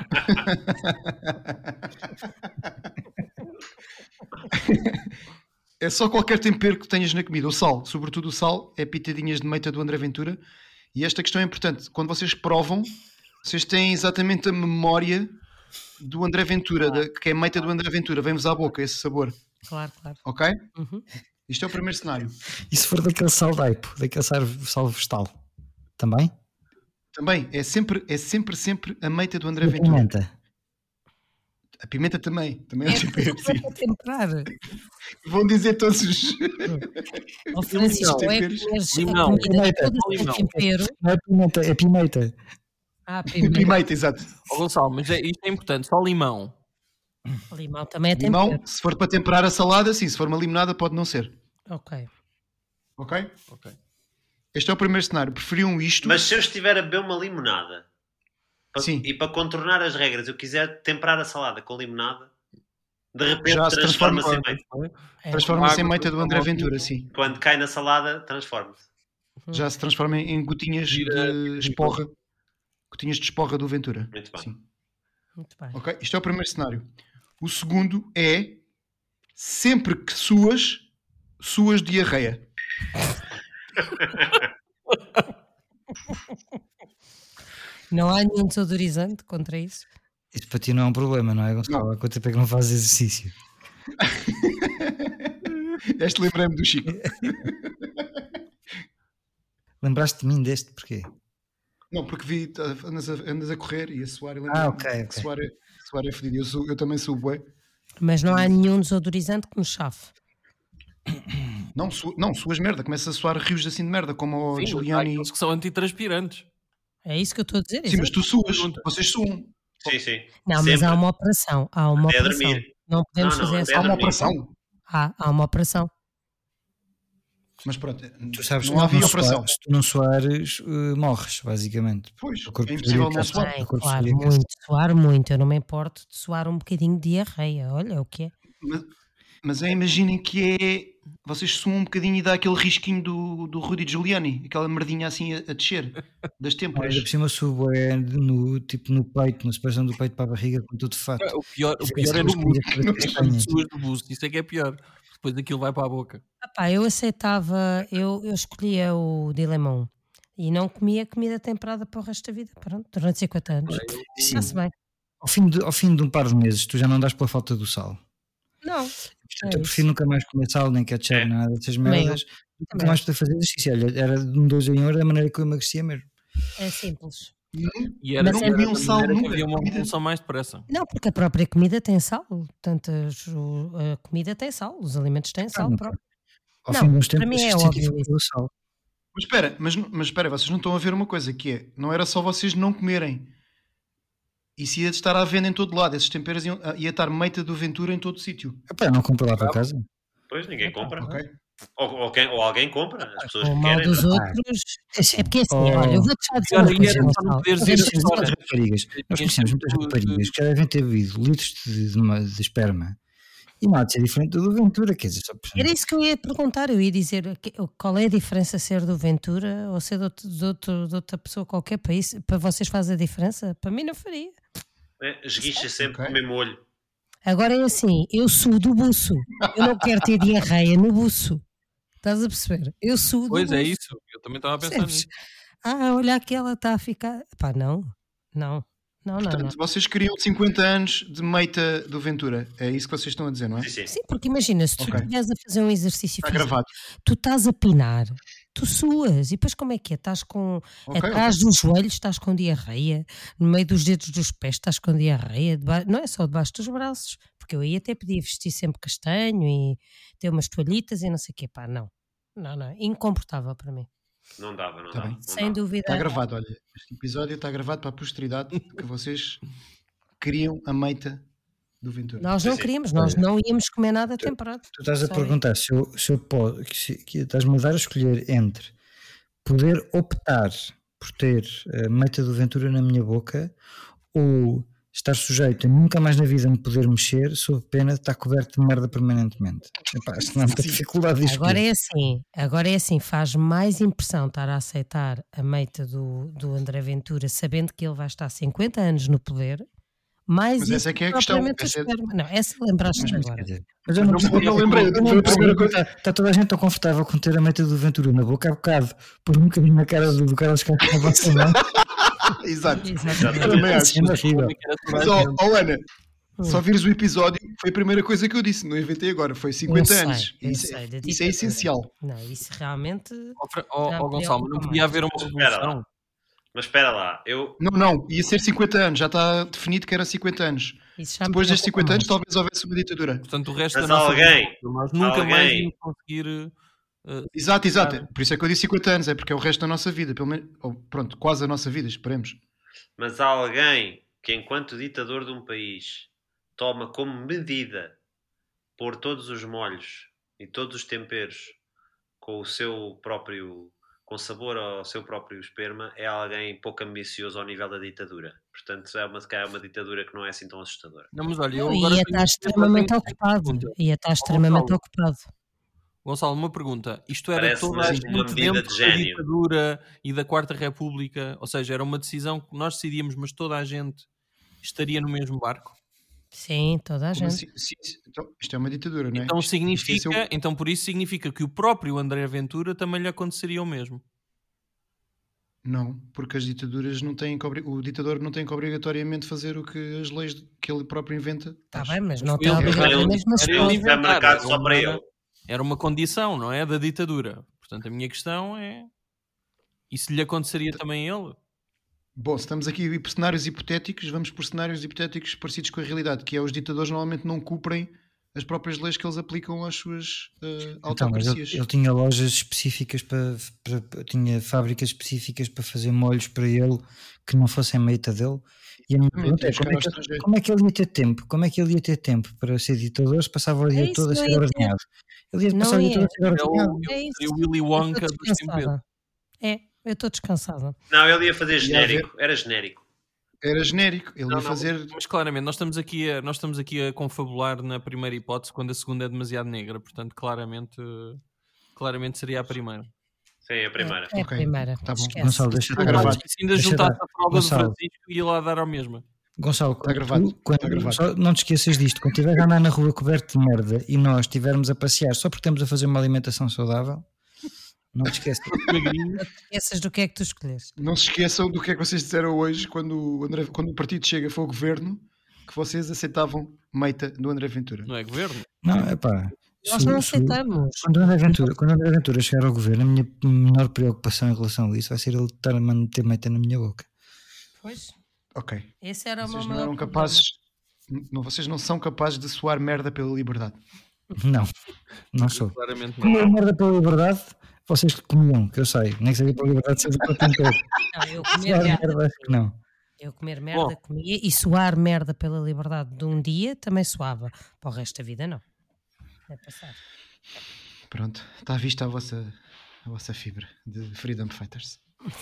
É só qualquer tempero que tenhas na comida. O sal, sobretudo o sal, é pitadinhas de meita do André Ventura. E esta questão é importante. Quando vocês provam, vocês têm exatamente a memória do André Ventura, que é a meita do André Ventura. Vem-vos à boca esse sabor. Claro. Ok? Uhum. Isto é o primeiro cenário. E se for daquele sal de aipo, daquele sal vegetal, também? Também, é sempre a meita do André E a Ventura. pimenta? A pimenta também é tempero, sim. Para temperar. Vão dizer todos os... Ó Francisco, é temperos. comeres Limão. a comida toda sem Limão. tempero. Não é pimenta, é pimenta. Pimenta. Pimenta, exato. Ó Gonçalo, mas isto é importante, só limão. Limão também é tempero. Limão, se for para temperar a salada, sim. Se for uma limonada, pode não ser. Ok. Ok? Ok. Este é o primeiro cenário. Preferiam isto? Mas se eu estiver a beber uma limonada Sim. e para contornar as regras eu quiser temperar a salada com limonada, de repente Já se transforma-se em transforma. meita. Transforma-se em Água, meita do André transforma-se. Ventura, sim. Quando cai na salada, transforma-se. Já se transforma em gotinhas de esporra. Gotinhas de esporra do Ventura. Muito bem. Sim. Muito bem. Ok? Isto é o primeiro cenário. O segundo é sempre que suas diarreia. Não há nenhum desodorizante contra isso? Isso para ti não é um problema, não é, Gonçalo? Há quanto tempo é que não fazes exercício? Este lembrei-me do Chico. Lembraste de mim deste porquê? Não, porque vi, andas a correr e a suar. Ok. Suar é fedido. Eu também sou bué. Mas não há nenhum desodorizante que me chafe. Não, suas merda. Começa a suar rios assim de merda, como o Sim, há Giuliani. aqueles que são antitranspirantes. É isso que eu estou a dizer? Sim, mas exato. tu suas. Vocês suam. Sim. Não, mas Sempre. há uma operação. Há uma Até a operação. dormir. Não podemos Não, fazer até essa. Há uma dormir. operação. Há uma operação. Mas pronto, Tu sabes não havia que operação. se tu não suares, morres, basicamente. Pois, O corpo é impossível frio não aquece, suar. Bem, o corpo claro, frio aquece. suar muito. Eu não me importo de suar um bocadinho de diarreia. Olha o que é. Mas imaginem que é... Vocês suam um bocadinho e dá aquele risquinho do Rudy Giuliani. Aquela merdinha assim a descer. Das têmporas. Ainda por cima subo no peito, na separação do peito para a barriga, com tudo de fato. O pior é no buço. É quando suas do buço. Isso é que é pior. Depois aquilo vai para a boca. Eu aceitava, eu escolhia o dilemão e não comia comida temperada para o resto da vida. Pronto, durante 50 anos. Sim. Está-se bem. Ao fim de um par de meses, tu já não dás pela falta do sal. Não. Portanto, eu prefiro nunca mais comer sal, nem ketchup, nem nada dessas merdas. Nunca Também. mais poder fazer exercício. Olha, era de um 2 em 1 da maneira que eu emagrecia mesmo. É simples. E era, Mas era comiam da sal maneira que nunca. havia uma evolução mais depressa. Não, porque a própria comida tem sal. Portanto, a comida tem sal. Os alimentos têm sal. não. Próprio. Ao Não, fim de uns para tempos, mim é senti óbvio falta do sal. Mas espera, vocês não estão a ver uma coisa que é, não era só vocês não comerem. Isso ia estar à venda em todo lado. Esses temperos ia estar meita do Ventura em todo sítio. Epá, não compro lá para casa. Pois ninguém compra. Ok? Ou alguém compra. As pessoas O que mal querem. dos não. outros. É porque assim, Oh. olha, eu vou deixar de dizer Pior uma aí coisa, era só não Gonçalo. poderes Eu ir vou a deixar de dizer restaurantes. Raparigas. Nós conhecemos muitas raparigas que já devem ter bebido litros de esperma e não há de ser diferente do Ventura, quer dizer, só por... Era isso que eu ia perguntar, eu ia dizer qual é a diferença ser do Ventura ou ser de outra pessoa qualquer país. Para vocês faz a diferença? Para mim não faria. Esguicha sempre Ok. com o mesmo olho. Agora é assim, eu suo do buço, eu não quero ter diarreia no buço. Estás a perceber? Eu suo do Pois buço. é isso. Eu também estava a pensar Percebes? nisso. Olha que ela está a ficar... Pá, não. Portanto, vocês queriam 50 anos de meita do Ventura. É isso que vocês estão a dizer, não é? Sim. Sim, porque imagina, se tu Ok. estiveres a fazer um exercício Está físico, gravado. tu estás a pinar tu suas. E depois como é que é? Estás com Ok, atrás dos joelhos, estás com diarreia, no meio dos dedos dos pés estás com diarreia, não é só debaixo dos braços, porque eu aí até podia vestir sempre castanho e ter umas toalhitas e não sei o quê, pá, não, incomportável para mim. Não dava, não Tá dava. bem. não Sem dava. dúvida. Está gravado, olha. Este episódio está gravado para a posteridade que vocês queriam a meita do Ventura. Nós não Sim. queríamos, nós não íamos comer nada temperado. Tu estás a Sorry. perguntar se eu posso, que estás-me a dar a escolher entre poder optar por ter a meita do Ventura na minha boca ou estar sujeito a nunca mais na vida me poder mexer sob pena de estar coberto de merda permanentemente. Epá, isto não há muita dificuldade de escolher. Agora é assim, faz mais impressão estar a aceitar a meita do André Ventura sabendo que ele vai estar 50 anos no poder, mais Mas isso essa é que é a propriamente questão. o esperma. Não, essa lembraste agora. Mas eu não percebo. não lembrei, foi a primeira coisa. Está toda a gente tão confortável com ter a meita do Ventura na boca há bocado, por um bocadinho na cara do Carlos Castro na vossa mão. Exato. Exatamente. Também acho. É horrível. Mas, Ana, só vires o episódio, foi a primeira coisa que eu disse, não inventei agora, foi 50 anos. Isso é essencial. Não, isso realmente. Gonçalo, não podia haver uma revolução. Mas espera lá, Não, ia ser 50 anos, já está definido que era 50 anos. Isso já me Depois destes preocupa 50 anos, mais. talvez houvesse uma ditadura. Portanto, o resto Mas da nossa alguém- vida, nós nunca mais íamos conseguir. Exato. Por isso é que eu disse 50 anos, é porque é o resto da nossa vida, pelo menos, pronto, quase a nossa vida, esperemos. mas há alguém que, enquanto ditador de um país, toma como medida pôr todos os molhos e todos os temperos com o seu próprio, com sabor ao seu próprio esperma, é alguém pouco ambicioso ao nível da ditadura. Portanto, é uma ditadura que não é assim tão assustadora. Não, mas olha, eu Não, agora ia tenho- estar extremamente tenho- ocupado. pergunta. Ia estar extremamente Gonçalo. ocupado. Gonçalo, uma pergunta. Isto era Parece toda a mesmo gente uma medida dentro de da gênio. ditadura e da Quarta República? Ou seja, era uma decisão que nós decidíamos, mas toda a gente estaria no mesmo barco? Sim, toda a Como gente. assim? Sim, então, isto é uma ditadura, não é? Então Isto ia ser significa, então por isso significa que o próprio André Ventura também lhe aconteceria o mesmo. Não, porque as ditaduras não têm que o ditador não tem que obrigatoriamente fazer o que as leis que ele próprio inventa. Está bem, mas não Ele- está obrigatoriamente, mas ele- pode. ele- É marcado só para Era- ele. Era uma condição, não é? Da ditadura. Portanto, a minha questão é: isso lhe aconteceria também a ele? Bom, se estamos aqui por cenários hipotéticos, vamos por cenários hipotéticos parecidos com a realidade, que é os ditadores normalmente não cumprem as próprias leis que eles aplicam às suas Então, mas autocracias. ele tinha lojas específicas tinha fábricas específicas para fazer molhos para ele que não fossem meita dele. E a minha pergunta é buscar ao estrangeiro. como é que ele ia ter tempo? Como é que ele ia ter tempo para ser ditador se passava o dia isso, todo a não ser ia ter. ordenhado? Ele ia Não passar o dia ia. todo a ser ordenhado. É isso. Seria o Willy Eu Wonka estou dos temperos. descansada. Eu estou descansada. Não, ele ia fazer Ia genérico. Era genérico. Era genérico, ele ia fazer. Mas claramente, nós estamos aqui a confabular na primeira hipótese quando a segunda é demasiado negra. Portanto, claramente seria a primeira. Sim, a primeira. É a Ok, primeira. tá bom. Esquece. Gonçalo, deixa Está gravado. Se ainda Deixa juntasse dar. a fralda do Gonçalo. Francisco, ia lá dar ao mesmo. Gonçalo, Está gravado, está gravado. só não te esqueças disto, quando estiveres a andar na rua coberto de merda e nós estivermos a passear só porque estamos a fazer uma alimentação saudável, não te esqueças. Esqueças do que é que tu escolheste. Não se esqueçam do que é que vocês disseram hoje quando o partido chega foi o governo, que vocês aceitavam meita do André Ventura. Não é governo? Não, é pá. Nós não aceitamos. Quando o André Ventura chegar ao governo, a minha menor preocupação em relação a isso vai ser ele estar a meter meita na minha boca. Pois, Ok. esse era o meu Vocês não maior eram problema. capazes. Vocês não são capazes de suar merda pela liberdade. Não sou. Claramente não. Comer merda pela liberdade, vocês comiam, que eu sei. Nem que seja pela liberdade, seja pelo tempo todo. Não, eu Suar comer merda, merda, acho que não. eu comer merda comia e suar merda pela liberdade de um dia também suava. Para o resto da vida, não. É passar. Pronto, está à vista a vossa fibra de Freedom Fighters.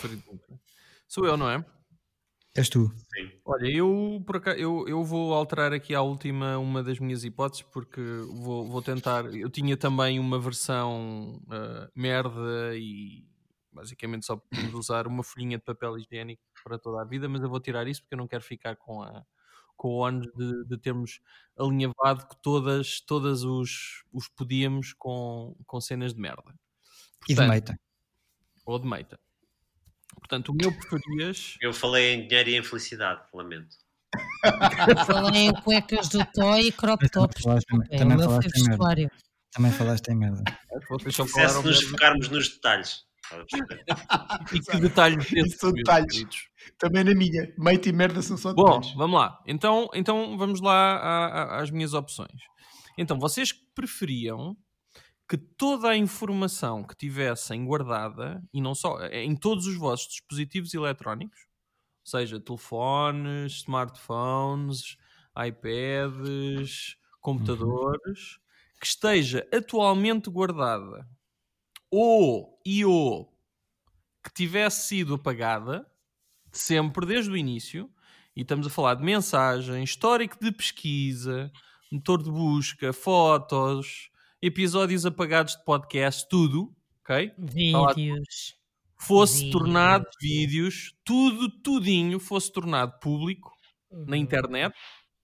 Sou eu, não é? És tu. Olha, eu vou alterar aqui à última uma das minhas hipóteses porque vou tentar. Eu tinha também uma versão merda e basicamente só podemos usar uma folhinha de papel higiênico para toda a vida, mas eu vou tirar isso porque eu não quero ficar com o ónus de termos alinhavado que todas os podíamos com cenas de merda. E de Portanto, meita. ou de meita. Portanto, o meu preferias. Eu falei em dinheiro e em felicidade, lamento. Falei em cuecas do toy e crop tops. Também O meu falaste foi em merda. vestuário. Também falaste em merda. Vocês só Se falaram nos mesmo. focarmos nos detalhes. E que detalhes desses, São meus detalhes. queridos. Também na minha. Mate e merda são só Bom, detalhes. vamos lá. Então vamos lá às minhas opções. Então, vocês preferiam que toda a informação que tivessem guardada, e não só, em todos os vossos dispositivos eletrónicos, seja telefones, smartphones, iPads, computadores, que esteja atualmente guardada ou que tivesse sido apagada sempre desde o início, e estamos a falar de mensagem, histórico de pesquisa, motor de busca, fotos, episódios apagados de podcast, tudo, ok? Vídeos. Fosse tornado vídeos, tudinho fosse tornado público na internet,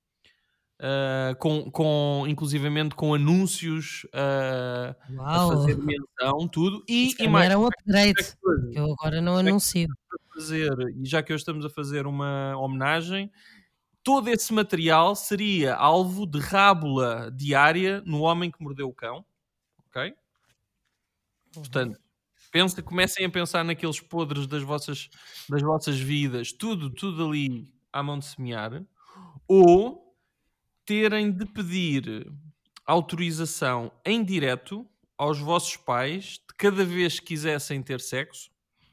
inclusivamente com anúncios a fazer menção, tudo. E mais era um upgrade, que eu agora não anuncio. E já que hoje estamos a fazer uma homenagem, todo esse material seria alvo de rábula diária no Homem que Mordeu o Cão, ok? Portanto, comecem a pensar naqueles podres das vossas vidas, tudo ali à mão de semear, ou terem de pedir autorização em direto aos vossos pais de cada vez que quisessem ter sexo,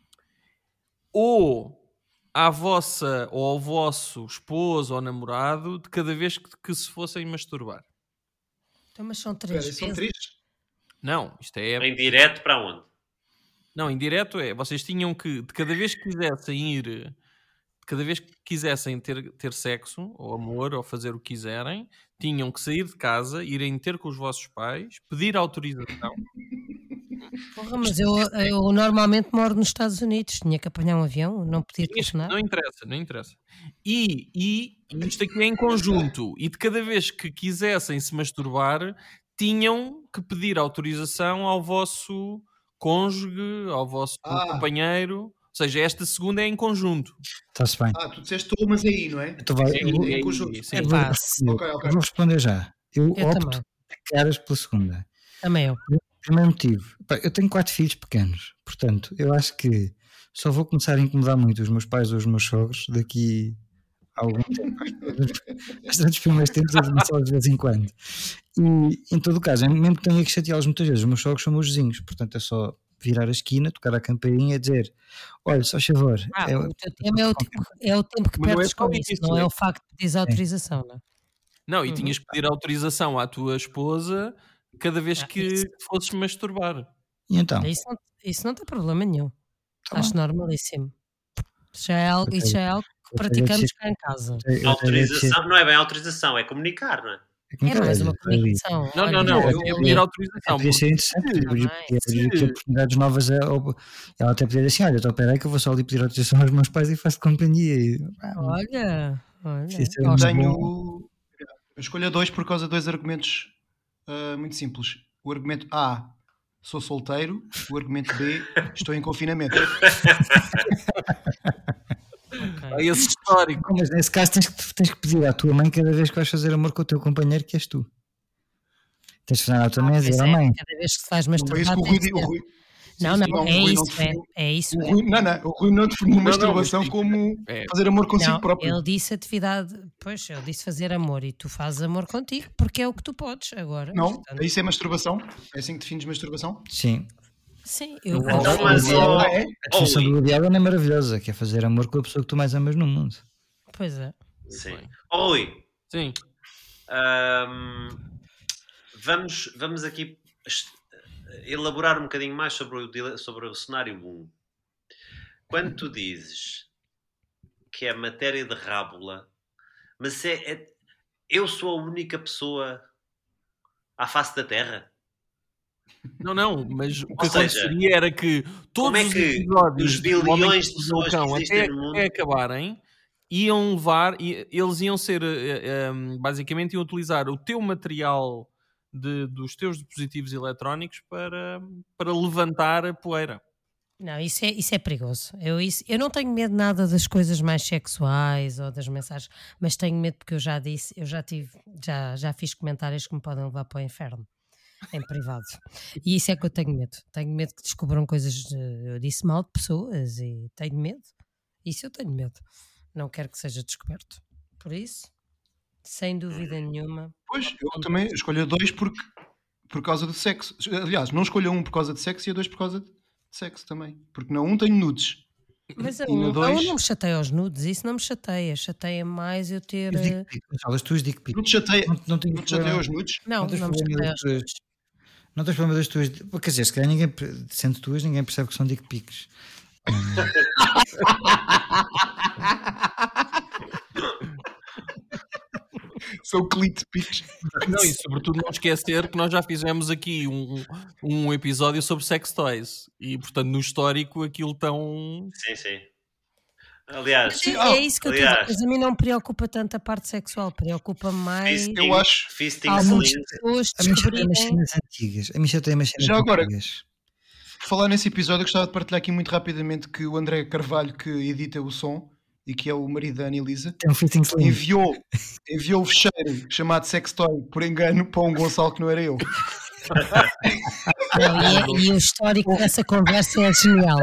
ou à vossa ou ao vosso esposo ou namorado de cada vez que se fossem masturbar. Então, mas são 3 vezes. São 3? Não, isto é... Em direto para onde? Não, em direto é... Vocês tinham que, de cada vez que quisessem ir... De cada vez que quisessem ter sexo, ou amor, ou fazer o que quiserem, tinham que sair de casa, irem ter com os vossos pais, pedir autorização. Porra, mas eu normalmente moro nos Estados Unidos, tinha que apanhar um avião, não podia telefonar. Não interessa. E isto aqui é em conjunto. E de cada vez que quisessem se masturbar, tinham que pedir autorização ao vosso cônjuge, ao vosso companheiro. Ou seja, esta segunda é em conjunto. Está-se bem. Tu disseste mas aí, não é? Então vai, em conjunto. Sim. Ok. Eu vou responder já. Eu opto também. de caras pela segunda. Também eu. Primeiro motivo. Eu tenho 4 filhos pequenos. Portanto, eu acho que só vou começar a incomodar muito os meus pais ou os meus sogros daqui a algum tempo. Mas durante os primeiros tempos eu só de vez em quando. E em todo o caso, mesmo que tenha que chateá-los muitas vezes, os meus sogros são meus vizinhos. Portanto, é só virar a esquina, tocar a campainha e dizer: olha, só favor. O teu tema é o tempo que perdes com isso, não é o facto de pedir autorização, não é? Não, e tinhas que pedir autorização à tua esposa cada vez que fosses masturbar. E então? Isso não tem problema nenhum. Tá Acho normalíssimo. Isso já é algo que praticamos cá em casa. Autorização, não é bem autorização, é comunicar, não é? É mais uma comunicação. Não, eu ia pedir autorização. Podia ser interessante, podia ter oportunidades novas. Ela até podia dizer assim: olha, então espera aí que eu vou só ali pedir autorização aos meus pais e faço companhia. Olha. Eu tenho a escolha 2 por causa de 2 argumentos muito simples. O argumento A, sou solteiro. O argumento B, estou em confinamento. Okay. Esse histórico. Mas nesse caso tens que pedir à tua mãe cada vez que vais fazer amor com o teu companheiro, que és tu. Tens de fazer à tua mãe e dizer à mãe. Cada vez que se faz masturbar. É isso. O Rui não definiu masturbação como fazer amor consigo próprio. Ele disse atividade, ele disse fazer amor e tu fazes amor contigo porque é o que tu podes agora. Não, isso é masturbação? É assim que defines masturbação? Sim. Sim, a definição do ideal é maravilhosa, que é fazer amor com a pessoa que tu mais amas no mundo. Pois é. Sim. Rui. Sim. Vamos aqui elaborar um bocadinho mais sobre o cenário 1. Quando tu dizes que é matéria de rábula, mas eu sou a única pessoa à face da Terra? Não, mas o que aconteceria era que todos os episódios dos bilhões de pessoas que existem no mundo até acabarem iam levar, eles iam ser basicamente iam utilizar o teu material dos teus dispositivos eletrónicos para levantar a poeira. Não, isso é perigoso. Eu não tenho medo nada das coisas mais sexuais ou das mensagens, mas tenho medo porque eu já fiz comentários que me podem levar para o inferno. em privado. E isso é que eu tenho medo. Tenho medo que descubram coisas. Eu disse mal de pessoas e tenho medo. Isso eu tenho medo. Não quero que seja descoberto. Por isso, sem dúvida nenhuma. Pois, eu também escolho a 2 por causa de sexo. Aliás, não escolho a 1 por causa de sexo e a 2 por causa de sexo também. Porque na 1 tenho nudes. Mas a E na 1 2 não me chateia aos nudes. Isso não me chateia. Chateia mais eu ter. Os dick pics, as tuas dick pics. não te chateia, Não tens não te chateia os nudes? Não tens me problema chateia das aos tuas- nudes. Não tens problema das tuas. Quer dizer, se calhar ninguém, sendo tuas, ninguém percebe que são dick pics. São clit pics. Não, e sobretudo não esquecer que nós já fizemos aqui um episódio sobre sex toys. E, portanto, no histórico aquilo tão... Sim. Aliás, É isso que eu estou a aliás, dizer. Mas a mim não me preocupa tanto a parte sexual. Preocupa-me mais. Eu acho. Fisting Há muitas Slim. pessoas A mim chateia umas descobrirem. cenas antigas. A mim chateia umas cenas Já agora- antigas. Por falar nesse episódio, eu gostava de partilhar aqui muito rapidamente que o André Carvalho, que edita o som e que é o marido da Anilisa, Tem um fitting slim. enviou o fecheiro chamado Sextoy por engano para um Gonçalo que não era eu. Não, e o histórico dessa conversa é genial.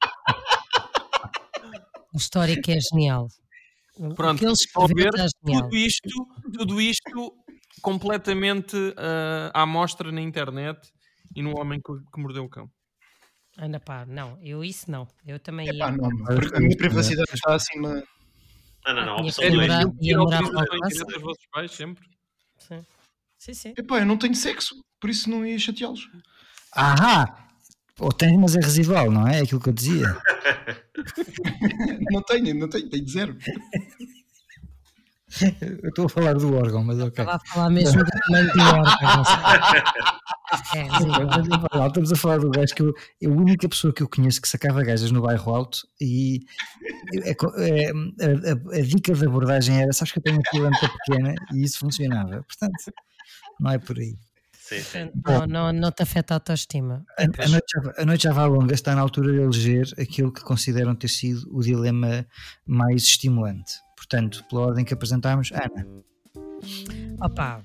O histórico é genial. O Pronto, que eles estão a ver, escreveram está genial. tudo isto completamente à mostra na internet e num homem que mordeu o cão. Anda pá, não, isso não. Eu também Epá, ia. não, a minha privacidade está acima. Não, Tinha opção que 2. morar- ia morar para autorização a praça. indireta dos vossos pais, sempre. Sim. Epá, eu não tenho sexo, por isso não ia chateá-los. Ahá! Ou tens, mas é residual, não é? É aquilo que eu dizia. Não tenho, tenho zero. Eu estou a falar do órgão, mas ok. Estava a falar mesmo do tamanho do órgão. Não sei. É residual. Estamos a falar do gajo que é a única pessoa que eu conheço que sacava gajas no bairro alto e a dica de abordagem era: sabes que eu tenho uma pila muito pequena e isso funcionava. Portanto, não é por aí. Sim. Não te afeta a autoestima. A noite já vai longa, está na altura de eleger aquilo que consideram ter sido o dilema mais estimulante. Portanto, pela ordem que apresentámos, Ana. Opa.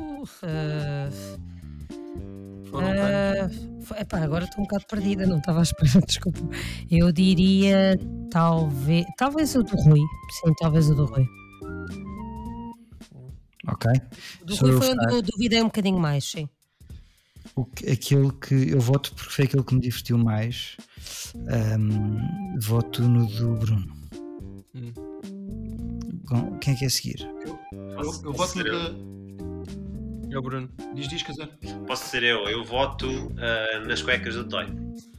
Epá, agora estou um bocado perdida, não estava à espera, desculpa. Eu diria talvez o do Rui. Sim, talvez o do Rui. Ok. O do Sou Rui eu foi a onde votar. eu duvidei um bocadinho mais, sim. Aquilo que eu voto porque foi aquilo que me divertiu mais. Voto no do Bruno. Quem é que é a seguir? Eu voto no da. É o Bruno. Diz, Casar. Posso ser eu. Eu voto nas cuecas do Toy.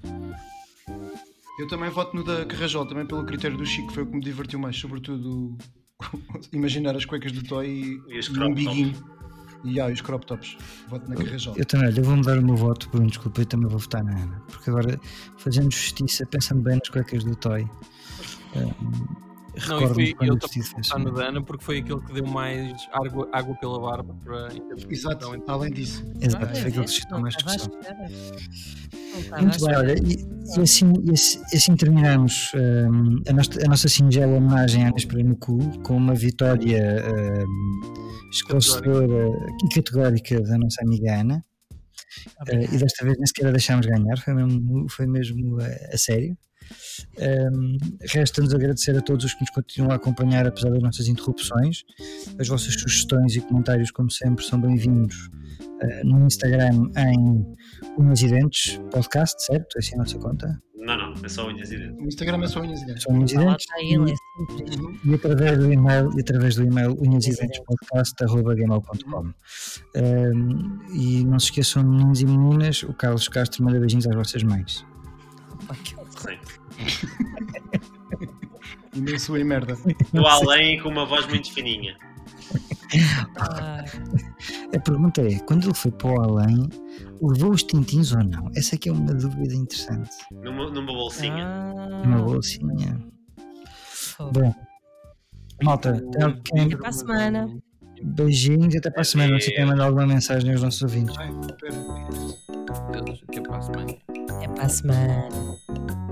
Eu também voto no da Carrajal, também pelo critério do Chico, foi o que me divertiu mais, sobretudo imaginar as cuecas do Toy E os e crop um biguinho. E os crop tops. Voto na Carrajal. Eu também, olha, eu vou mudar o meu voto, Bruno, desculpa, eu também vou votar na Ana, porque agora, fazendo justiça, pensando bem nas cuecas do Toy, Não, recordo-me quando eu o vestido também fez vou votar no Dana porque foi aquele que deu mais água pela barba para Exato, além disso. Exato, Ah, foi aquele que suscitou mais estava à discussão. espera. Não estava à Muito bem, espera. olha, e assim terminamos a nossa singela homenagem à Ana Espera no Cu, com uma vitória esclarecedora e categórica da nossa amiga Ana. E desta vez nem sequer a deixámos ganhar, foi mesmo a sério. Resta-nos agradecer a todos os que nos continuam a acompanhar apesar das nossas interrupções. As vossas sugestões e comentários, como sempre, são bem-vindos no Instagram em Unhas e Dentes Podcast, certo? Essa é a nossa conta. Não, é só unhas e dentes. O Instagram é só unhas e dentes. São Unhas e Lá Dentes. está ele, é simples. E através do e-mail unhasedentespodcast@gmail.com. E não se esqueçam, meninos e meninas, o Carlos Castro manda beijinhos às vossas mães. Opa, que horror. Sim. E não sou em merda. Do além com uma voz muito fininha. Ah, A pergunta é, quando ele foi para o além, levou os tintins ou não? Essa aqui é uma dúvida interessante. Numa bolsinha. Uma bolsinha. fogo. Bom, malta, tem alguém- Até para a semana. beijinhos e até para a semana. Não sei se querem mandar alguma mensagem aos nossos ouvintes. Ai, espera. Deus, até para a semana. Até para a semana.